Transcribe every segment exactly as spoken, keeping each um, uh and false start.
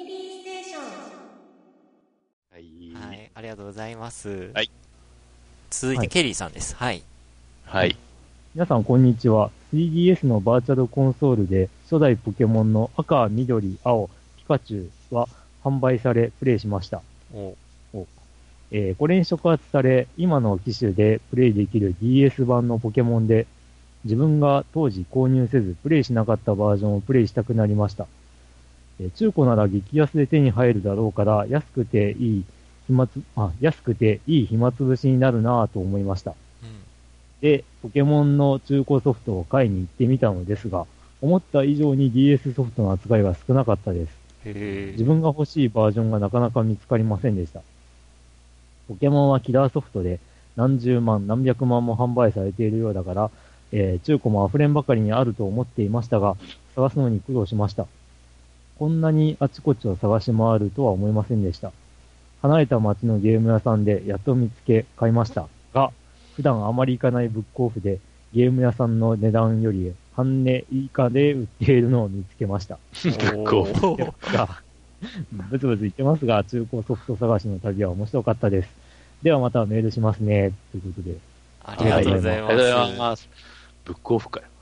ミリーステーション。 はい、 はい、ありがとうございます。 はい。 続いてケリーさんです。はい。 はい。 皆さんこんにちは。スリーディーエス のバーチャルコンソールで初代ポケモンの赤、緑、青、ピカチュウは販売されプレイしました。 おおえー、これに触発され、今の機種でプレイできる ディーエス 版のポケモンで自分が当時購入せずプレイしなかったバージョンをプレイしたくなりました。えー、中古なら激安で手に入るだろうから安くていい暇つ、あ、安くていい暇つぶしになるなぁと思いました。で、ポケモンの中古ソフトを買いに行ってみたのですが、思った以上に ディーエス ソフトの扱いが少なかったです。 へ自分が欲しいバージョンがなかなか見つかりませんでした。ポケモンはキラーソフトで何十万、何百万も販売されているようだから、えー、中古も溢れんばかりにあると思っていましたが、探すのに苦労しました。こんなにあちこちを探し回るとは思いませんでした。離れた町のゲーム屋さんでやっと見つけ買いましたが、普段あまり行かないブックオフでゲーム屋さんの値段より半値以下で売っているのを見つけました。 ブックオフ。 ブツブツ言ってますが、中古ソフト探しの旅は面白かったです。ではまたメールしますね。ということで。 ありがとうございます。 ありがとうございます。ブックオフかよ。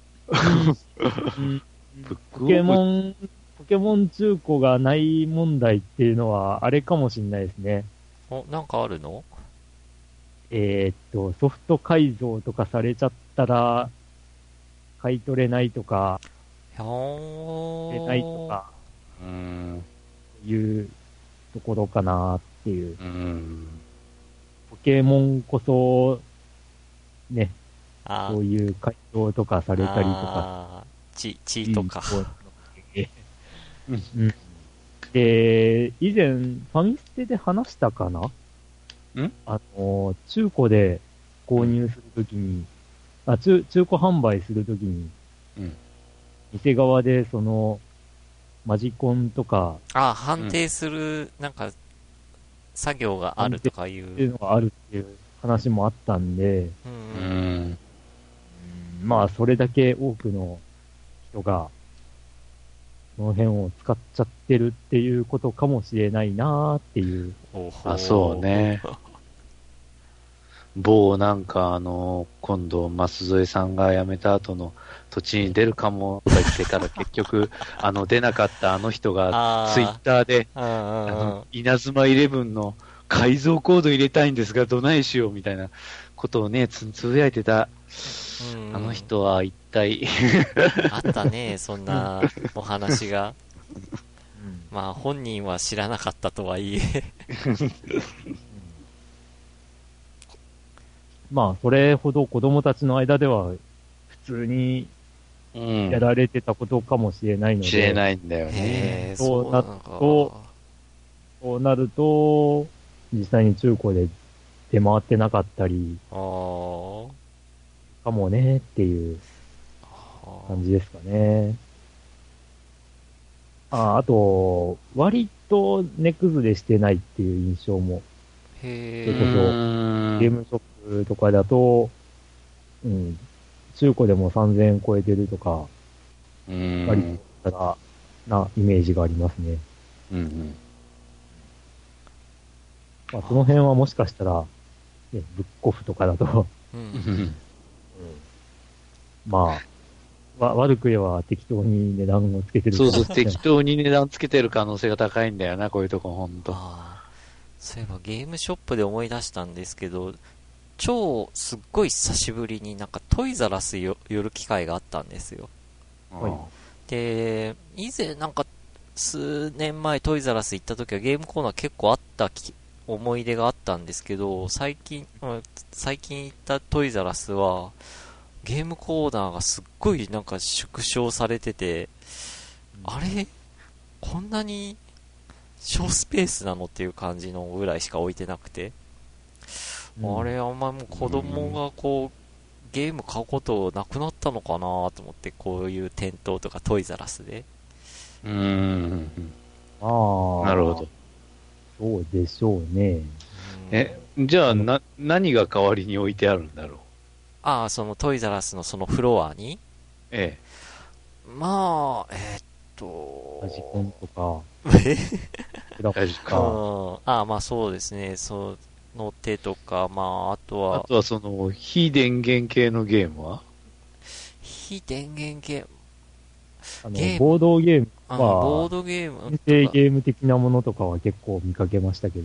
ブックオフ。ポケモン、ポケモン中古がない問題っていうのはあれかもしれないですね。 お、なんかあるの？ えー、っと、ソフト改造とかされちゃったら、買い取れないとか、 ひょー。 買えないとか、 うーん。 いうところかなっていう。 うーん。 ポケモンこそ、ね、 あそういう改造とかされたりとか。 血、血とか。 うん。で、以前、ファミステで話したかなんあの、中古で購入するときに、あ、中、中古販売するときに、 うん。 店側でその、マジコンとか、 あ、判定する、なんか、作業があるとかいう。 っていうのがあるっていう話もあったんで、 うん。 うん。 まあ、それだけ多くの人が、その辺を使っちゃってるっていうことかもしれないなーっていう。 あ、そうね。某なんかあの、今度、舛添さんが辞めた後の土地に出るかもとか言ってから結局、あの、出なかったあの人がツイッターで、あの、稲妻イレブンの改造コード入れたいんですが、どないしようみたいなことをね、つ、つぶやいてた、あの人は一体あったね、そんなお話が。まあ、本人は知らなかったとはいえ。 まあ、それほど子供たちの間では、普通に、やられてたことかもしれないので。 知れないんだよね。 そうなると、そうなると、実際に中古で出回ってなかったり、かもねっていう感じですかね。あ、あと、割と値崩れしてないっていう印象も。 へそれこそ、ゲームショップとかだと、うん、中古でもさんぜんえん超えてるとか、 うん。 割とたらなイメージがありますね。 うんうん。 まあ、その辺はもしかしたら、ね、ブックオフとかだとうん、 まあ、わ、悪く言えば適当に値段をつけてるそうそう、適当に値段つけてる可能性が高いんだよな、こういうとこほんと。 そういえばゲームショップで思い出したんですけど、超すっごい久しぶりになんかトイザラス寄る機会があったんですよ。 はい、 で、以前なんか数年前トイザラス行った時はゲームコーナー結構あったき思い出があったんですけど、最近、最近行ったトイザラスはゲームコーナーがすっごいなんか縮小されてて、うん、あれこんなに小スペースなのっていう感じのぐらいしか置いてなくて、うん、あれあんまりもう子供がこうゲーム買うことなくなったのかなと思って、こういう店頭とかトイザラスで。 うーん。 ああ。 なるほど。 そうでしょうね。 え、じゃあな、何が代わりに置いてあるんだろう。 ああ、そのトイザラスのそのフロアに？ ええ。 まあ、えー、っと、 ラジコンとか、 えラジコン。あ、まあそうですね。その手とか、まああとは。 あとはその、非電源系のゲームは非電源ゲーム。 あの、 ゲームボードゲームあは、 ボードゲームとか。 人生ゲーム的なものとかは結構見かけましたけど。 うん。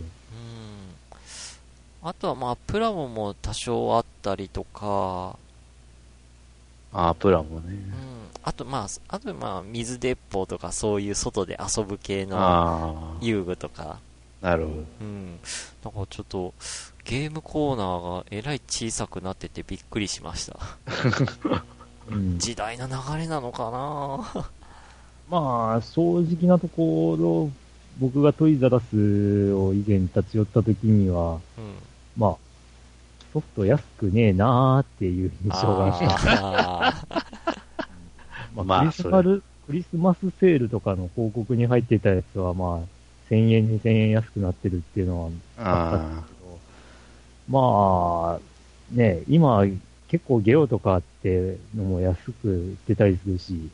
あとはまあ、プラモも多少あったりとか、 ああ、プラもね。 うん。あとまあ、あとまあ、水鉄砲とかそういう外で遊ぶ系のあ遊具とか。 あ、なるほど。 うん。なんかちょっと、ゲームコーナーがえらい小さくなっててびっくりしました。 うん、 時代の流れなのかなまあ、正直なところ、僕がトイザラスを以前立ち寄った時には、 うん。 まあ、ソフト安くねえなーっていう印象があった。 あまあ、 まあクリスマス、クリスマスセールとかの広告に入ってたやつは、まあ、せんえん、にせんえん安くなってるっていうのはあったんですけど、まあ、ね、今、結構ゲオとかってのも安く売ってたりするし、 ーうん。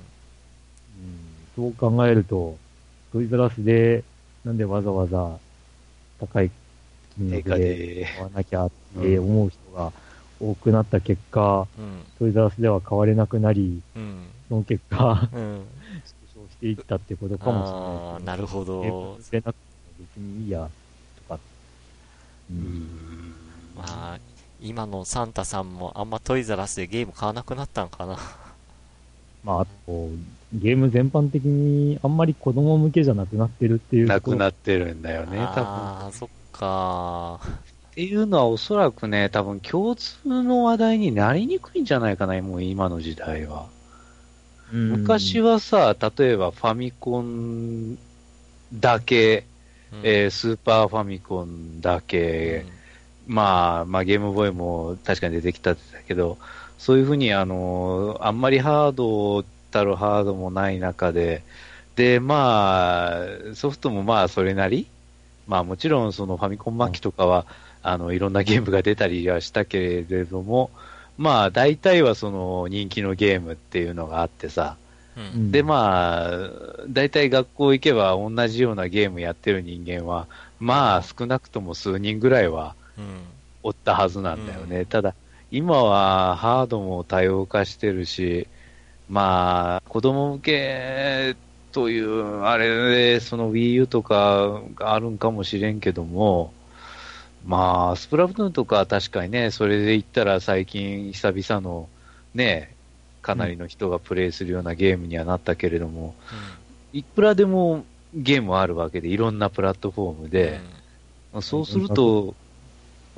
うん、そう考えると、トイザラスで、なんでわざわざ高い金額で買わなきゃって思う人が多くなった結果、 うん。 トイザラスでは買われなくなり、 うん。 その結果、 うん。 縮小していったってことかもしれないああ、 です。 なるほど。 売れなくても別にいいや、とか。う、 うんん。 まあ、今のサンタさんもあんまトイザラスでゲーム買わなくなったんかな。 まあ、あと、ゲーム全般的にあんまり子供向けじゃなくなってるっていうなところ。 くなってるんだよね、多分。 ああ、そっか。 っていうのはおそらくね、多分共通の話題になりにくいんじゃないかな、もう今の時代は。 うん昔はさ、例えばファミコンだけ、 うんえースーパーファミコンだけ、まあ、まあゲームボーイも確かに出てきたんだけど、そういうふうにあの、あんまりハードたるハードもない中で、で、まあ、ソフトもまあそれなり、まあもちろんそのファミコン末期とかは、あの、いろんなゲームが出たりはしたけれども、まあ大体はその人気のゲームっていうのがあってさ、 うん。う。 うんんで、まあ、大体学校行けば同じようなゲームやってる人間は、まあ少なくとも数人ぐらいはうん。 おったはずなんだよね。 うんただ、今はハードも多様化してるし、まあ、子供向けという、あれで、その Wii U とかがあるんかもしれんけども、まあ、スプラトゥーンとかは確かにね、それで言ったら最近久々のね、かなりの人がプレイするようなゲームにはなったけれども、いくらでもゲームはあるわけで、いろんなプラットフォームで、そうすると、うん、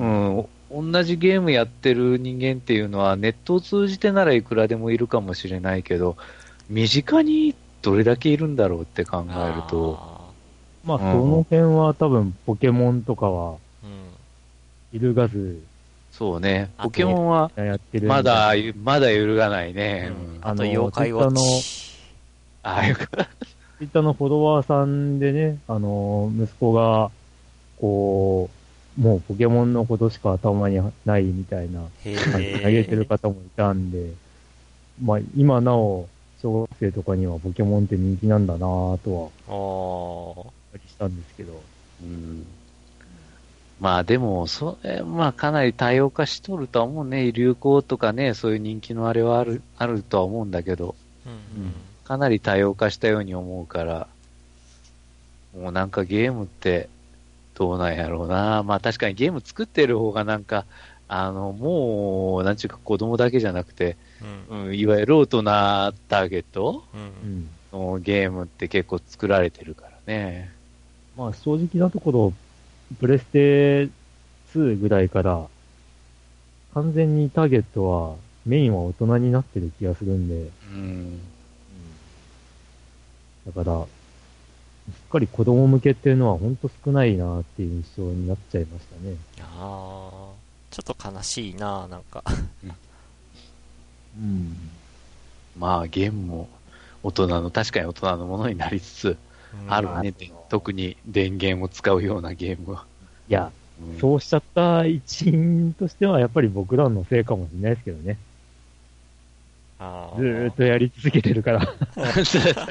同じゲームやってる人間っていうのはネットを通じてならいくらでもいるかもしれないけど、身近にどれだけいるんだろうって考えると、 あまあ、 うんその辺は多分、ポケモンとかは、 ーうん。 揺るがず、 そうね、 あとポケモンはやってるまだみたい、 まだ揺るがないね。 うんうんあと、 あの妖怪ウォッチ。 ああいうか、 ツイッターのフォロワーさんでね、あの、息子が、こう、もうポケモンのことしか頭にないみたいなへ感じで投げてる方もいたんで、まあ、今なお、小学生とかにはポケモンって人気なんだなぁとは、 ああ。 ありしたんですけど。 うんまあでも、それ、まあかなり多様化しとるとは思うね。流行とかね、そういう人気のあれはある、あるとは思うんだけど、 うんかなり多様化したように思うから、もうなんかゲームってどうなんやろうな。まあ確かにゲーム作ってる方がなんか、あの、もう、なんちゅうか子供だけじゃなくて、 うん。うん。 うん、いわゆる大人ターゲットうんうん。 のゲームって結構作られてるからね。 まあ、正直なところ、プレステツーぐらいから、完全にターゲットは、メインは大人になってる気がするんで、 うん。 だから、しっかり子供向けっていうのは本当少ないなっていう印象になっちゃいましたね。 ああ。ちょっと悲しいな、なんか。 うん。 まあゲームも大人の、確かに大人のものになりつつあるね。 うん特に電源を使うようなゲームは。 いや、 うんそうしちゃった一因としては、やっぱり僕らのせいかもしれないですけどね。 あずーっとやり続けてるから。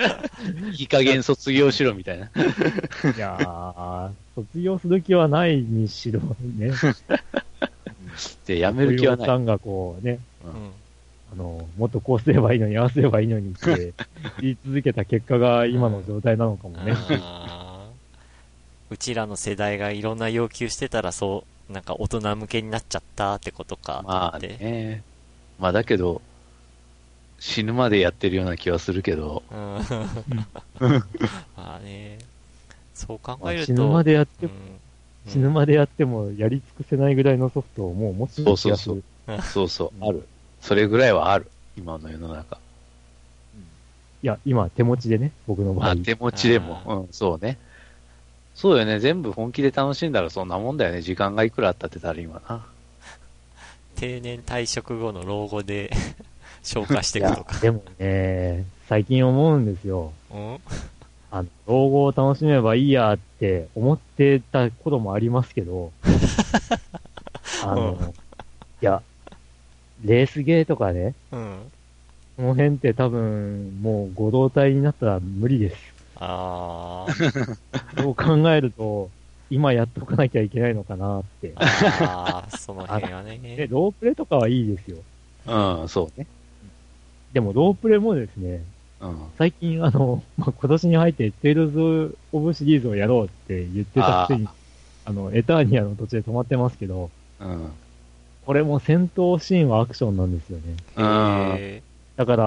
いい加減卒業しろみたいな。 いやー、卒業する気はないにしろね。 で、やめる気はない。 さんがこうね、 うん。 あの、もっとこうすればいいのに、ああすればいいのにって言い続けた結果が今の状態なのかもね。 あーうちらの世代がいろんな要求してたら、そう、なんか大人向けになっちゃったってことか。 まあね。まあだけど、死ぬまでやってるような気はするけど。 うん。まあね。そう考えると。 死ぬまでやっても、 うん、 死ぬまでやってもやり尽くせないぐらいのソフトをもう持ってる気がする。 そうそうそう。そうそう、ある。それぐらいはある。今の世の中。 いや、今手持ちでね、僕の場合。 あ、手持ちでも。うん、そうね。そうよね。全部本気で楽しんだらそんなもんだよね。時間がいくらあったってたら今な。 定年退職後の老後で消化していくとか。 でもね、最近思うんですよ。 うん、 あの、老後を楽しめばいいやって思ってたこともありますけど、あの、うん、いや、レースゲーとかね、 うん、 この辺って多分もうご動体になったら無理です。 ああ。そう考えると、今やっとかなきゃいけないのかなって。 ああ、その辺はね。 で、ロープレとかはいいですよ。 うん、そうね。 でも、ロープレもですね、うん、最近、あの、まあ、今年に入って、テイルズ・オブシリーズをやろうって言ってたくせに、あの、エターニアの途中で止まってますけど、うん、これも戦闘シーンはアクションなんですよね。 へだから、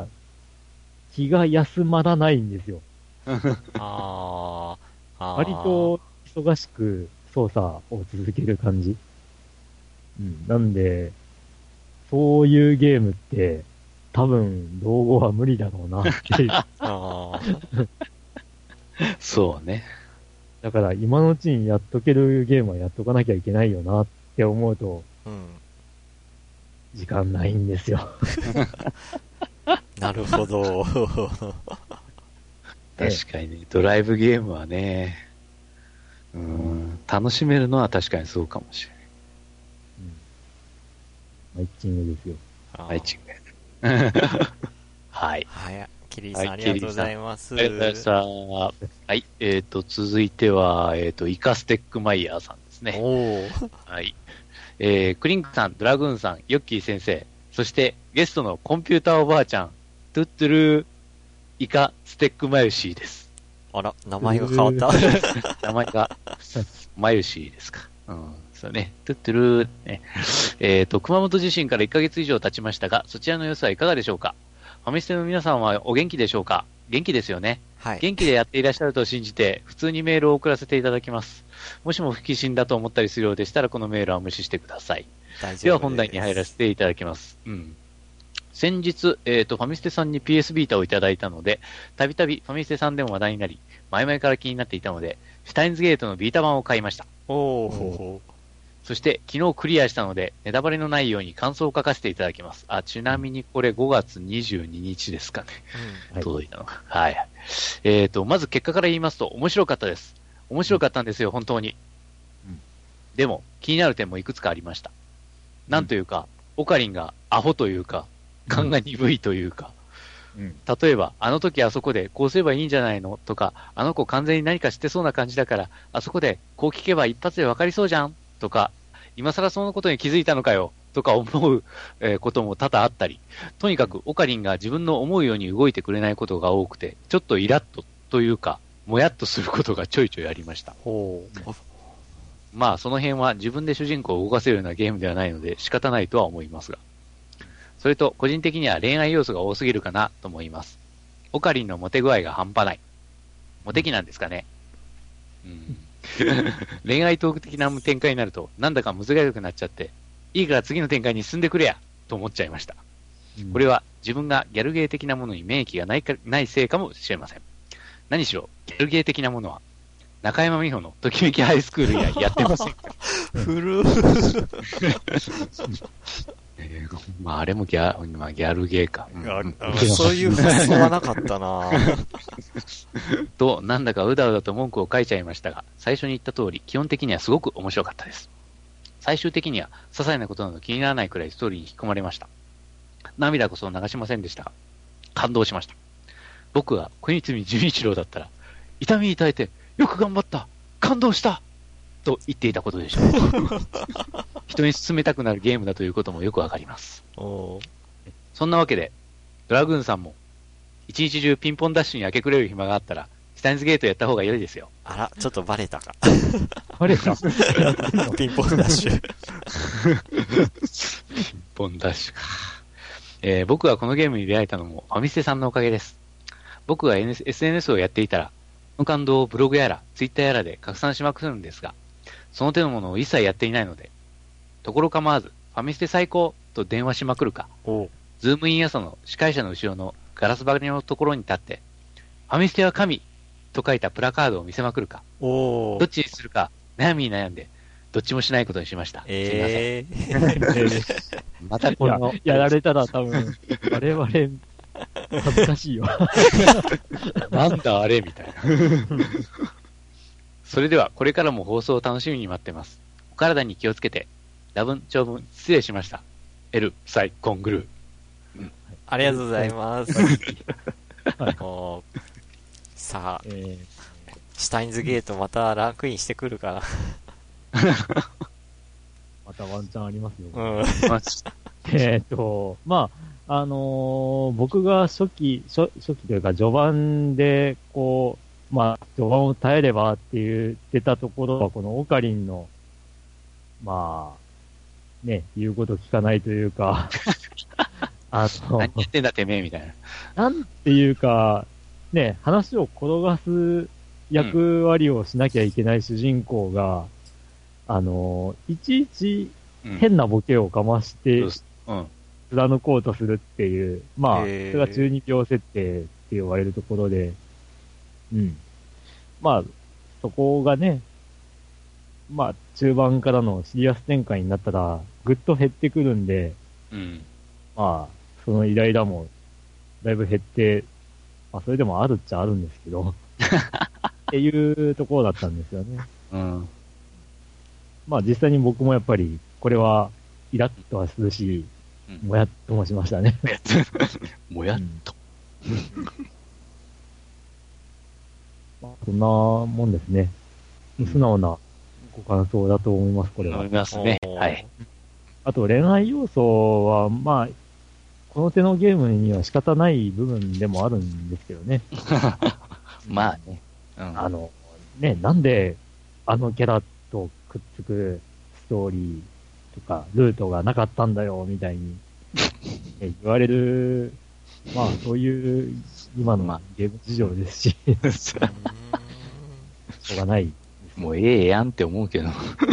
気が休まらないんですよ。 ああ。 割と忙しく操作を続ける感じ。うん。なんで、そういうゲームって、多分、老後は無理だろうなっていう。あそうね。 だから、今のうちにやっとけるゲームはやっとかなきゃいけないよなって思うと、うん、時間ないんですよ。 なるほど。 確かにね、ドライブゲームはね、うん、楽しめるのは確かにそうかもしれない。 うん。マイチングですよ。 マイチング。はい。 はい。キリーさん、はい、ありがとうございます。 ありがとうございました。はい。えっ、ー、と、続いては、えっ、ー、と、イカステックマイヤーさんですね。 おはい。えー、クリンクさん、ドラグーンさん、ヨッキー先生、そしてゲストのコンピューターおばあちゃん、トゥットゥルー、イカステックマユシーです。 あら、名前が変わった名前が、マユシーですか。うん。そうね。トゥットゥルー、ね。えっ、ー、と、熊本地震からいっかげつ以上経ちましたが、そちらの様子はいかがでしょうか。ファミステの皆さんはお元気でしょうか。元気ですよね。 はい。 元気でやっていらっしゃると信じて、普通にメールを送らせていただきます。もしも不謹慎だと思ったりするようでしたら、このメールは無視してください。 大丈夫です。 では本題に入らせていただきます。うん。先日、えっ、ー、と、ファミステさんに ピーエス ビータをいただいたので、たびたびファミステさんでも話題になり、前々から気になっていたので、シュタインズゲートのビータ版を買いました。 おー。 そして、昨日クリアしたので、ネタバレのないように感想を書かせていただきます。あ、ちなみにこれごがつにじゅうににちですかね。うん、届いたのが。はい。えっ、ー、と、まず結果から言いますと、面白かったです。面白かったんですよ、本当に。うん、でも、気になる点もいくつかありました。なんというか、うん、オカリンがアホというか、勘が鈍いというか、うん、例えば、あの時あそこでこうすればいいんじゃないのとか、あの子完全に何か知ってそうな感じだから、あそこでこう聞けば一発で分かりそうじゃんとか、今更そのことに気づいたのかよとか思う、えー、ことも多々あったり、とにかくオカリンが自分の思うように動いてくれないことが多くて、ちょっとイラッとというか、もやっとすることがちょいちょいありました。 ほう。 まあ、その辺は自分で主人公を動かせるようなゲームではないので仕方ないとは思いますが。それと、個人的には恋愛要素が多すぎるかなと思います。オカリンのモテ具合が半端ない。モテ期なんですかね。うん、恋愛トーク的な展開になると、なんだか難しくなっちゃって、いいから次の展開に進んでくれやと思っちゃいました。うん、これは自分がギャルゲー的なものに免疫がないか、ないせいかもしれません。何しろ、ギャルゲー的なものは、中山美穂のときめきハイスクールややってませんか古えー、まあ、あれもギャ,、まあ、ギャルゲーか、うん、 そういう発想はなかったなと、なんだかうだうだと文句を書いちゃいましたが、最初に言った通り、基本的にはすごく面白かったです。最終的には、些細なことなど気にならないくらいストーリーに引き込まれました。涙こそ流しませんでしたが、感動しました。 僕が小泉純一郎だったら、痛みに耐えて、よく頑張った、感動したと言っていたことでしょう。人に勧めたくなるゲームだということもよくわかります。 おそんなわけで、ドラグーンさんも、一日中ピンポンダッシュに明け暮れる暇があったら、シュタインズゲートやった方が良いですよ。 あら、ちょっとバレたか。 バレたピンポンダッシュ。 ピンポンダッシュか。えー、僕がこのゲームに出会えたのもファミステさんのおかげです。僕が エスエヌエス をやっていたら、その感動をブログやら、ツイッターやらで拡散しまくるんですが、その手のものを一切やっていないので、ところ構わず、ファミステ最高と電話しまくるか、ズームイン朝の司会者の後ろのガラス張りのところに立って、ファミステは神と書いたプラカードを見せまくるか、 おどっちにするか悩みに悩んで、どっちもしないことにしました。 えー、 すみません。またこのや、やられたら多分、我々、恥ずかしいよ。 なんだあれみたいな。それでは、これからも放送を楽しみに待ってます。お体に気をつけて、多分長文失礼しました。エル・サイ・コングルー。 うん、ありがとうございます。はい、もうさあ、えー、シュタインズゲートまたランクインしてくるかな。 またワンチャンありますよ。 うん、 えっと、まあ、あのー、僕が初期、初初期というか序盤で、こう、まあ、序盤を耐えればって言ってたところは、このオカリンの、まあ、ね、言うこと聞かないというか、あの、 何言ってんだてめえみたいな。なんていうか、ね、話を転がす役割をしなきゃいけない主人公が、うん、あの、いちいち変なボケをかまして、 うん、 貫こうとするっていう、まあ、それが中二病設定って言われるところで、うん。まあ、そこがね、まあ、中盤からのシリアス展開になったら、ぐっと減ってくるんで、 うん、 まあ、そのイライラも、だいぶ減って、まあ、それでもあるっちゃあるんですけど、っていうところだったんですよね。 うん。 まあ、実際に僕もやっぱり、これは、イラッとはするし、うん、もやっともしましたね。 もやっと。うんまあ、そんなもんですね。素直なご感想だと思います、これは。 思いますね。はい。 あと、恋愛要素は、まあ、この手のゲームには仕方ない部分でもあるんですけどね。 まあね、 うん。あの、ね、なんで、あのキャラとくっつくストーリーとか、ルートがなかったんだよ、みたいに、ね、言われる、まあ、そういう、今のゲーム事情ですし、しょうがない。 もうええやんって思うけど。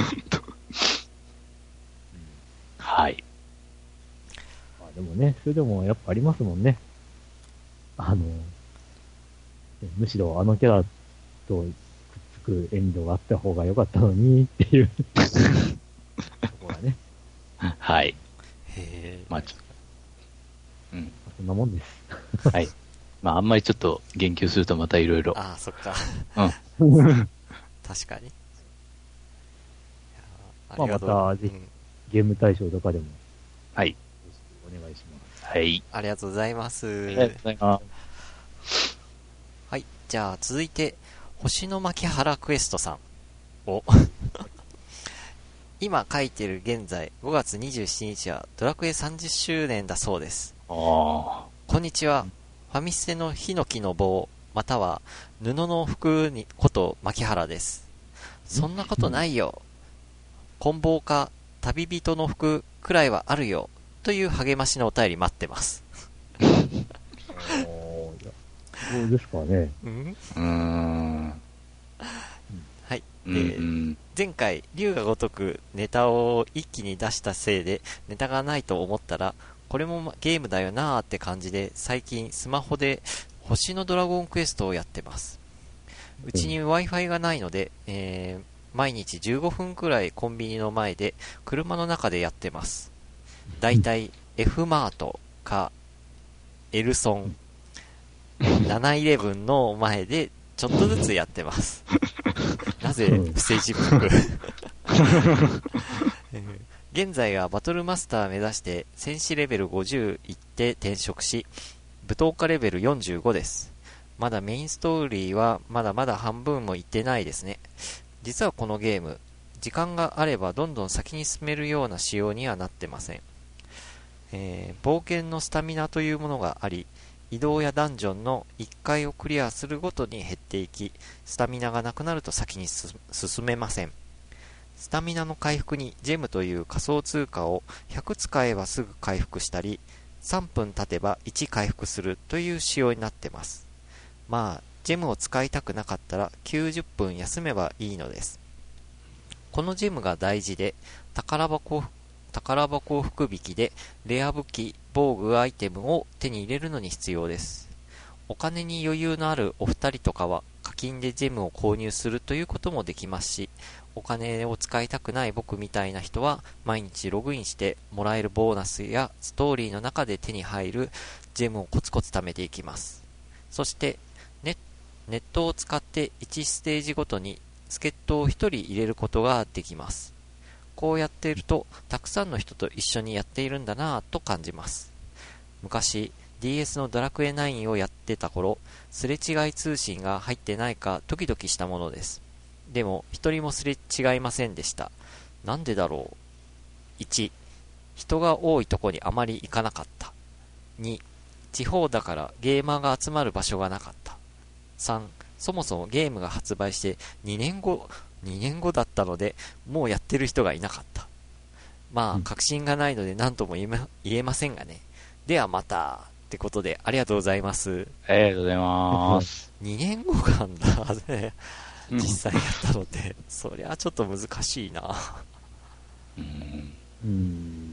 はい。 まあでもね、それでもやっぱありますもんね。あの、むしろあのキャラとくっつくエンドがあった方が良かったのにっていうところがね。 はい。 へまあちょっと、うん。 そんなもんです。 はい。まああんまりちょっと言及するとまたいろいろ。 ああ、そっか。 うん。 確かに。 まあまた、ぜひ、ゲーム大賞とかでも。 はい。 お願いします。 はい。 ありがとうございます。 ありがとうございます。 はい。じゃあ、続いて、星の牧原クエストさん。お今書いてる現在、ごがつにじゅうしちにちはドラクエさんじゅっしゅうねんだそうです。 ああ。 こんにちは。ファミステのヒノキの棒、または布の服にこと牧原です。そんなことないよ。棍棒か旅人の服くらいはあるよ。という励ましのお便り待ってます。 どうですかね。 うん、 うーん。 はい。 うんうん、 前回、竜が如くネタを一気に出したせいで、ネタがないと思ったら、これもゲームだよなーって感じで、最近スマホで星のドラゴンクエストをやってます。うちに Wi-Fi がないので、えー、毎日じゅうごふんくらいコンビニの前で、車の中でやってます。だいたい F マートか、エルソン、ななイレブンの前で、ちょっとずつやってます。なぜ不正字っぽく現在はバトルマスター目指して戦士レベルごじゅういって転職し、舞踏家レベルよんじゅうごです。 まだメインストーリーはまだまだ半分もいってないですね。実はこのゲーム、時間があればどんどん先に進めるような仕様にはなってません。えー、冒険のスタミナというものがあり、移動やダンジョンのいっかいをクリアするごとに減っていき、スタミナがなくなると先に進めません。スタミナの回復にジェムという仮想通貨をひゃく使えばすぐ回復したり、さんぷん経てばいち回復するという仕様になってます。まあ、ジェムを使いたくなかったらきゅうじゅっぷん休めばいいのです。このジェムが大事で、宝箱、宝箱福引きでレア武器、防具アイテムを手に入れるのに必要です。お金に余裕のあるお二人とかは課金でジェムを購入するということもできますし、お金を使いたくない僕みたいな人は毎日ログインしてもらえるボーナスやストーリーの中で手に入るジェムをコツコツ貯めていきます。そしてネットを使っていちステージごとに助っ人をひとり入れることができます。こうやっているとたくさんの人と一緒にやっているんだなぁと感じます。昔 ディーエス のドラクエナインをやってた頃、すれ違い通信が入ってないかドキドキしたものです。でも一人もすれ違いませんでした。なんでだろう。いち、人が多いとこにあまり行かなかった。に、地方だからゲーマーが集まる場所がなかった。さん、そもそもゲームが発売してにねんご、にねんごだったので、もうやってる人がいなかった。まあ、確信がないので何とも言えま、言えませんがね。ではまた、ってことで、ありがとうございます。 ありがとうございます。 にねんごなんだね。実際やったので、うん、そりゃちょっと難しいな。 うん。うん、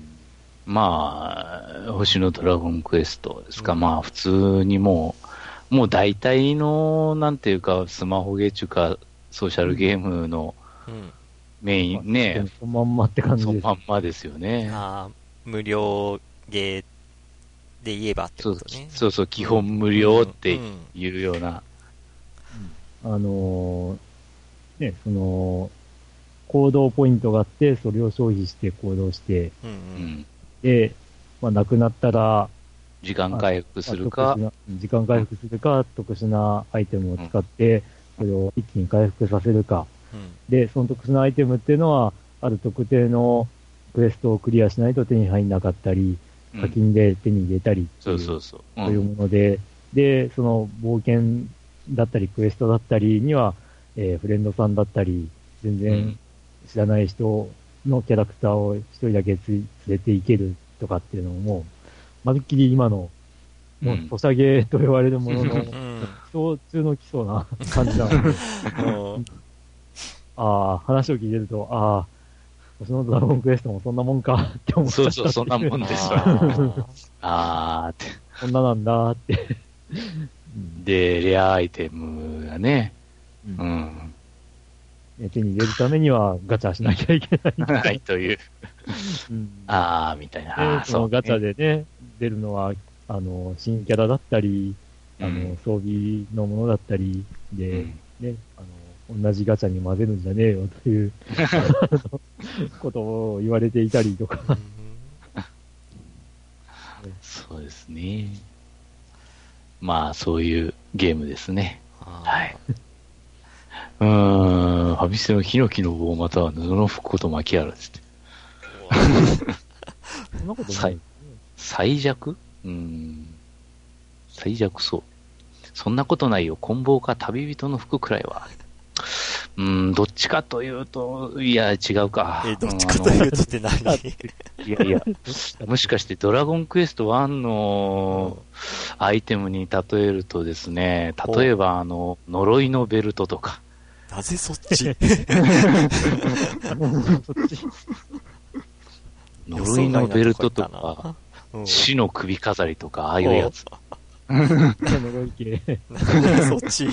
まあ、星のドラゴンクエストですか。うん、まあ、普通にもう、もう大体の、なんていうか、スマホゲーチュか、ソーシャルゲームのメイン、うん、ね、 そのまんまって感じです。 そのまんまですよね。 ああ、無料ゲーで言えばってことね。 そうそう、基本無料っていうような。 うんうん、あのー、ね、その、行動ポイントがあって、それを消費して行動して、うんうん、で、まあ、なくなったら、 時間回復するか、 時間回復するか、特殊なアイテムを使って、それを一気に回復させるか、うん、で、その特殊なアイテムっていうのは、ある特定のクエストをクリアしないと手に入んなかったり、課金で手に入れたりそうそうそう。 そういうもので、で、その冒険だったり、クエストだったりには、えー、フレンドさんだったり、全然知らない人のキャラクターを一人だけつ連れていけるとかっていうのも、まるっきり今の、もう、ソシャゲと言われるものの、基礎中の基礎な感じなので、ああ、話を聞いてると、ああ、星のドラゴンクエストもそんなもんかって思っちゃった。 そうそう、そんなもんですよ。あーって。 そんななんだって。 で、レアアイテムがね、うん。 うん、手に入れるためにはガチャしなきゃいけない。 ないという。うん、あー、みたいな。 そのガチャでね、出るのは、あの、新キャラだったり、あの、うん、装備のものだったりで、うん、ね、あの、同じガチャに混ぜるんじゃねえよということを言われていたりとかそうですね。まあそういうゲームですね。はい。うーん、ファミステのヒノキの棒または布の吹くこと巻きあるっつって。 そんなことない。 最弱？うーん。最弱そう。そんなことないよ。棍棒か旅人の服くらいは。うん、どっちかというと、いや、違うか。 え、どっちかというとって何？ いやいや、もしかしてドラゴンクエストワンのアイテムに例えるとですね、例えばあの、呪いのベルトとか。 なぜそっち呪いのベルトとか、死の首飾りとか、ああいうやつ。 呪い系。 そっち。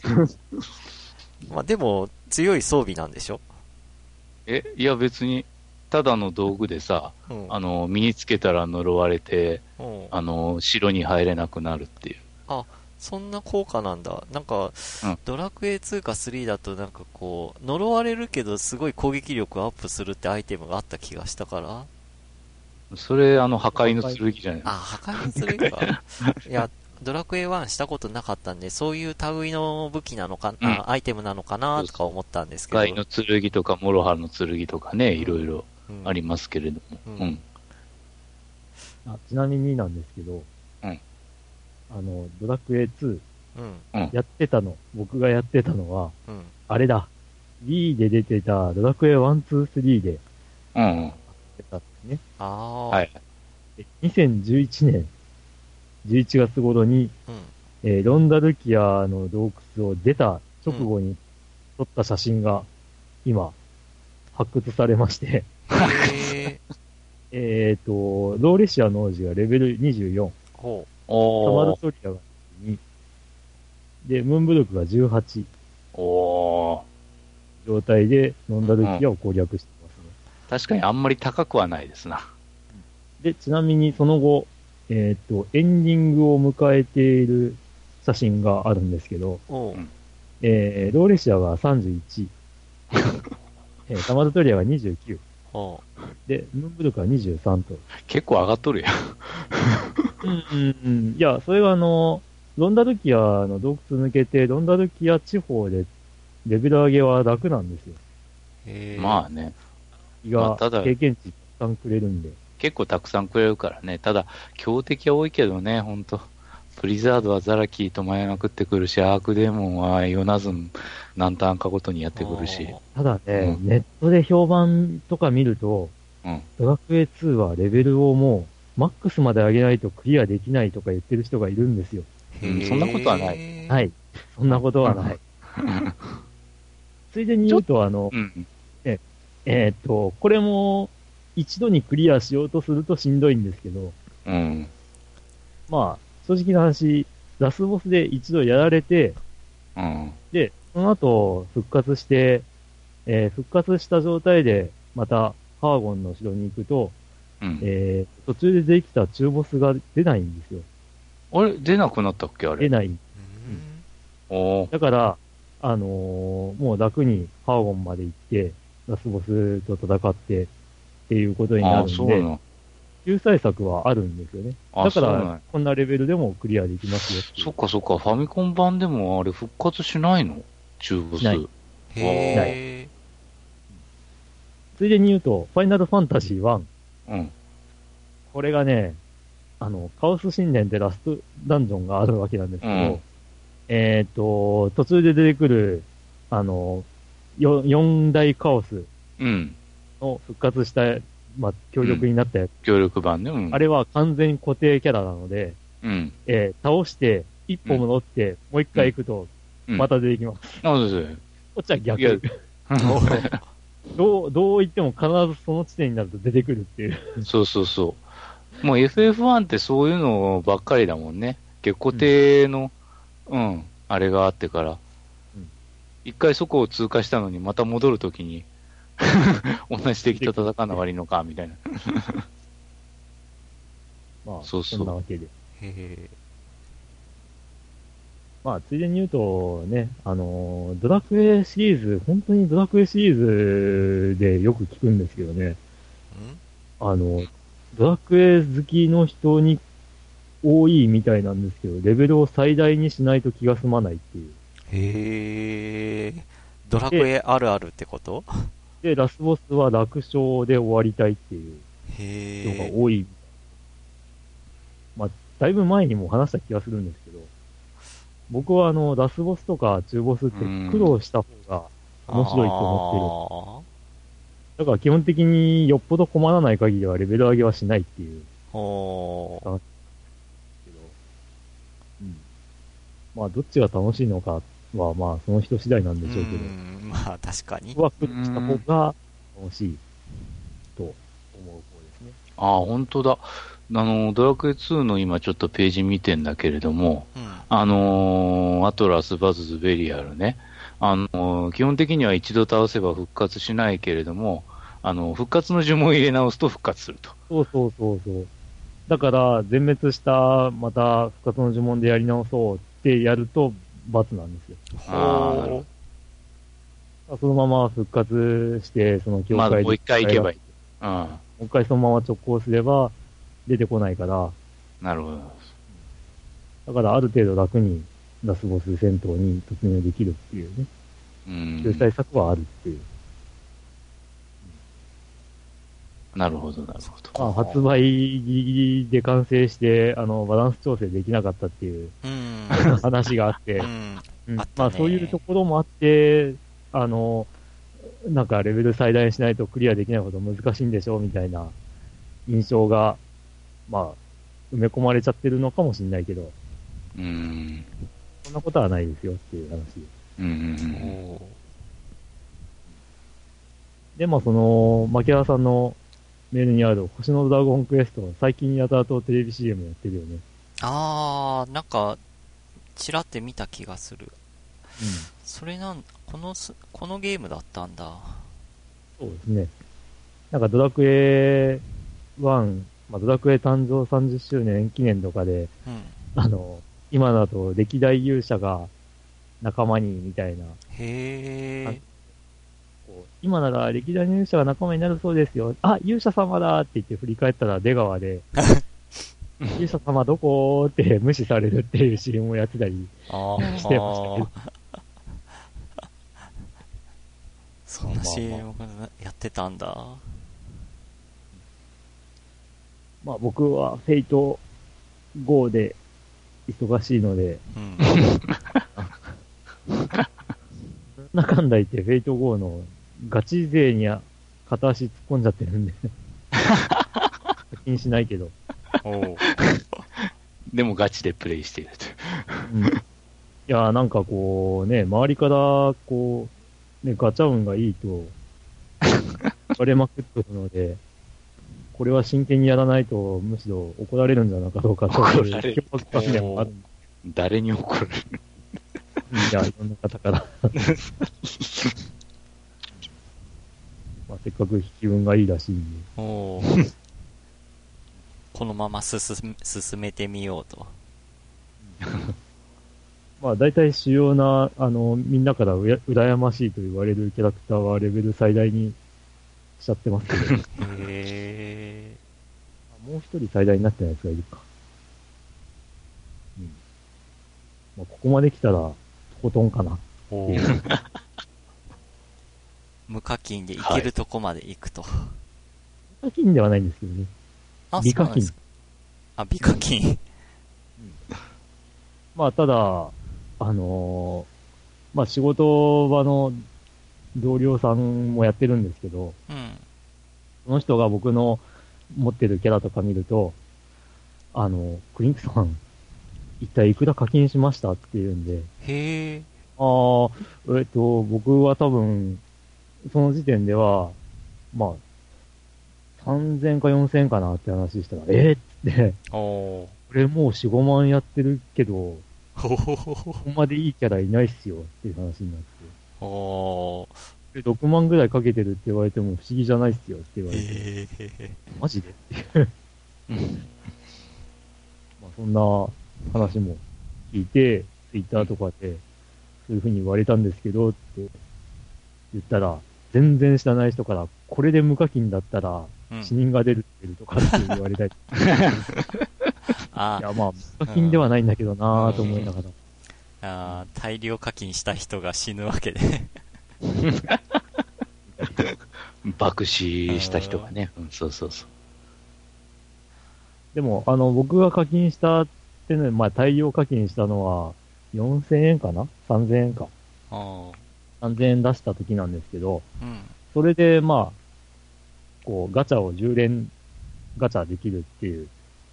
まあでも、強い装備なんでしょ？ え、いや別に、ただの道具でさ、うん、あの、身につけたら呪われて、うん、あの、城に入れなくなるっていう。 あ、そんな効果なんだ。なんか、うん、ドラクエツーかスリーだとなんかこう、呪われるけどすごい攻撃力アップするってアイテムがあった気がしたから。 それ、あの、破壊の剣じゃない？ あ、破壊の剣か。いや、 ドラクエワンしたことなかったんで、そういう類の武器なのか、 うん、 アイテムなのかなとか思ったんですけど。 ガイの剣とか、モロハの剣とかね、いろいろありますけれども。うん。うん、 あちなみになんですけど、 うん。 あの、ドラクエツー、 うん。 やってたの、僕がやってたのは、 うん。 あれだ。B で出てたドラクエワン、ツー、スリーで、 うん。やってたんですね。 ああ。 はい。 にせんじゅういちねんじゅういちがつ頃に、 うん、 えー、ロンダルキアの洞窟を出た直後に撮った写真が今発掘されましてへえっと、ローレシアの王子がレベルにじゅうよん。 ほう。 サマルトリアがに。で、ムーンブルクがじゅうはち。 おー。 状態でロンダルキアを攻略してますね、 うん。確かにあんまり高くはないですな。 で、ちなみにその後、えっ、ー、と、エンディングを迎えている写真があるんですけど、えー、ローレシアがさんじゅういち、えー、サマルトリアがにじゅうきゅう、で、ムーンブルクがにじゅうさんと。 結構上がっとるやん。 うんうんうん。いや、それがあの、ロンダルキアの洞窟抜けて、ロンダルキア地方でレベル上げは楽なんですよ。 へまあね。 胃が経験値たくさんくれるんで。 結構たくさんくれるからね。ただ、強敵は多いけどね、ほんと。ブリザードはザラキーと舞いまくってくるし、アークデーモンはヨナズン何ターンかごとにやってくるし。 ただね、うん、ネットで評判とか見ると、 うん、 ドラクエツーはレベルをもう、マックスまで上げないとクリアできないとか言ってる人がいるんですよ。 うん、そんなことはない。 はい。そんなことはない。ついでに言うと、あの、 うんね、えー、っと、これも、一度にクリアしようとするとしんどいんですけど、 うん、 まあ、正直な話、ラスボスで一度やられて、 うん、 で、その後復活して、えー、復活した状態でまたハーゴンの城に行くと、 うん、 えー、途中でできた中ボスが出ないんですよ。 あれ出なくなったっけあれ。 出ない。 うん、 だから、あのー、もう楽にハーゴンまで行って、ラスボスと戦ってっていうことになるんで、救済策はあるんですよね。だから、こんなレベルでもクリアできますよ。 そっかそっか、ファミコン版でもあれ復活しないの中ボス。 ない。へー。ついでに言うと、ファイナルファンタジーワン。 うん。 これがね、あの、カオス神殿ってラストダンジョンがあるわけなんですけど、うん、えっ、ー、と、途中で出てくる、あの、よ四大カオスの復活した、うん、まあ、強力になったやつ。うん、 強力版ね、うん。 あれは完全固定キャラなので、 うん。 えー、倒して、一歩戻って、うん、もう一回行くと、また出てきます。 あ、そうです。 こっちは逆。どう、どう言っても必ずその地点になると出てくるっていう。 そうそうそう。もう エフエフワン ってそういうのばっかりだもんね。結固定の、うん、うん、あれがあってから。一、うん、回そこを通過したのにまた戻るときに、同じ敵と戦うの悪いのか、みたいな。 まあ、 そうそう。 そんなわけで。 へまあ、ついでに言うとね、あのー、ドラクエシリーズ、本当にドラクエシリーズでよく聞くんですけどね。あの、ドラクエ好きの人に多いみたいなんですけど、レベルを最大にしないと気が済まないっていう。 へー。ドラクエあるあるってこと？ で、ラスボスは楽勝で終わりたいっていう人が多い。まあ、だいぶ前にも話した気がするんですけど、僕はあの、ラスボスとか中ボスって苦労した方が面白いと思ってる。だから基本的によっぽど困らない限りはレベル上げはしないっていう。 おー。 うん。まあ、どっちが楽しいのかは、まあ、その人次第なんでしょうけど。 うん、まあ、確かに。 ワクッとした方が楽しいと思う方ですね。 ああ、本当だ。あの、ドラクエツーの今ちょっとページ見てんだけれども、うん、あのー、アトラス、バズズ、ベリアルね。あのー、基本的には一度倒せば復活しないけれども、あの、復活の呪文を入れ直すと復活すると。 そうそうそうそう。だから、全滅した、また復活の呪文でやり直そうってやると、罰なんですよ。 ああ、なるほど。そのまま復活して、その境界で。 まあ、もう一回行けばいい。うん。もう一回そのまま直行すれば、出てこないから。 なるほど。 だからある程度楽にラスボス戦闘に突入できるっていうね。 うん。 救済策はあるっていう。 なるほど、なるほど。 まあ、発売ギリギリで完成して、あの、バランス調整できなかったっていう、うん、話があって、うんうん、まあそういうところもあって、あの、なんかレベル最大にしないとクリアできないほど難しいんでしょうみたいな印象が、まあ、埋め込まれちゃってるのかもしれないけど、 うん。 そんなことはないですよっていう話。 うんうんうん、 で、まあその、牧原さんのメールにある星のドラゴンクエスト、最近やたらとテレビ シーエム やってるよね。 あー、なんか、ちらって見た気がする。 うん。 それなん、このす、このゲームだったんだ。 そうですね。なんかドラクエワン、まあ、ドラクエ誕生さんじゅっしゅうねん記念とかで、 うん、 あの、今だと歴代勇者が仲間にみたいな。 へー。 今なら歴代の勇者が仲間になるそうですよ。あ、勇者様だって言って振り返ったら出川で、勇者様どこーって無視されるっていう シーエム をやってたりしてましたけど。 そんな シーエム やってたんだ。 まあ僕はフェイトゴーで忙しいので、うん、なんだかんだ言ってフェイトゴーのガチ勢に片足突っ込んじゃってるんで気にしないけど。 おでもガチでプレイしていると。 うん、いや、なんかこうね、周りからこう、ね、ガチャ運がいいと、割れまくってるので、これは真剣にやらないと、むしろ怒られるんじゃないかどうかという脅迫観念もある。 誰に怒られるいや、いろんな方から。まあ、せっかく引き運がいいらしいんで。 おこのまま進進めてみようと。 まあ、大体主要な、あの、みんなからうや羨ましいと言われるキャラクターはレベル最大にしちゃってますけど。 へー。もう一人最大になってないやつがいるか。うん。まあ、ここまで来たら、とことんかな。お無課金で行けるとこまで行くと。はい、 無課金ではないんですけどね。 あ、 美課金。 あ、美課金。うん、 まあ、ただ、あのー、まあ仕事場の同僚さんもやってるんですけど、 うん、 その人が僕の持ってるキャラとか見ると、あの、クリンクさん、一体いくら課金しましたって言うんで、 へー。 ああ、えっと、僕は多分、その時点では、まあ、さんぜんかよんせんかなって話したら、えー、って、これもうよん、ごまんやってるけど、ここまでいいキャラいないっすよっていう話になって。でろくまんぐらいかけてるって言われても不思議じゃないっすよって言われて。マジでっていう。まあそんな話も聞いて、ツイッターとかで、そういう風に言われたんですけどって言ったら、全然知らない人から、これで無課金だったら、死人が出るってるとかって言われたり。あいや、まあ、無課金ではないんだけどなぁと思いながら。 ああ、大量課金した人が死ぬわけで。 爆死した人がね、うん、そうそうそう。 でも、あの、僕が課金したってね、まあ、大量課金したのは、よんせんえんかな ?さんぜん 円か。さんぜんえん出した時なんですけど、 うん、 それで、まあ、こう、ガチャをじゅう連ガチャできるっていう、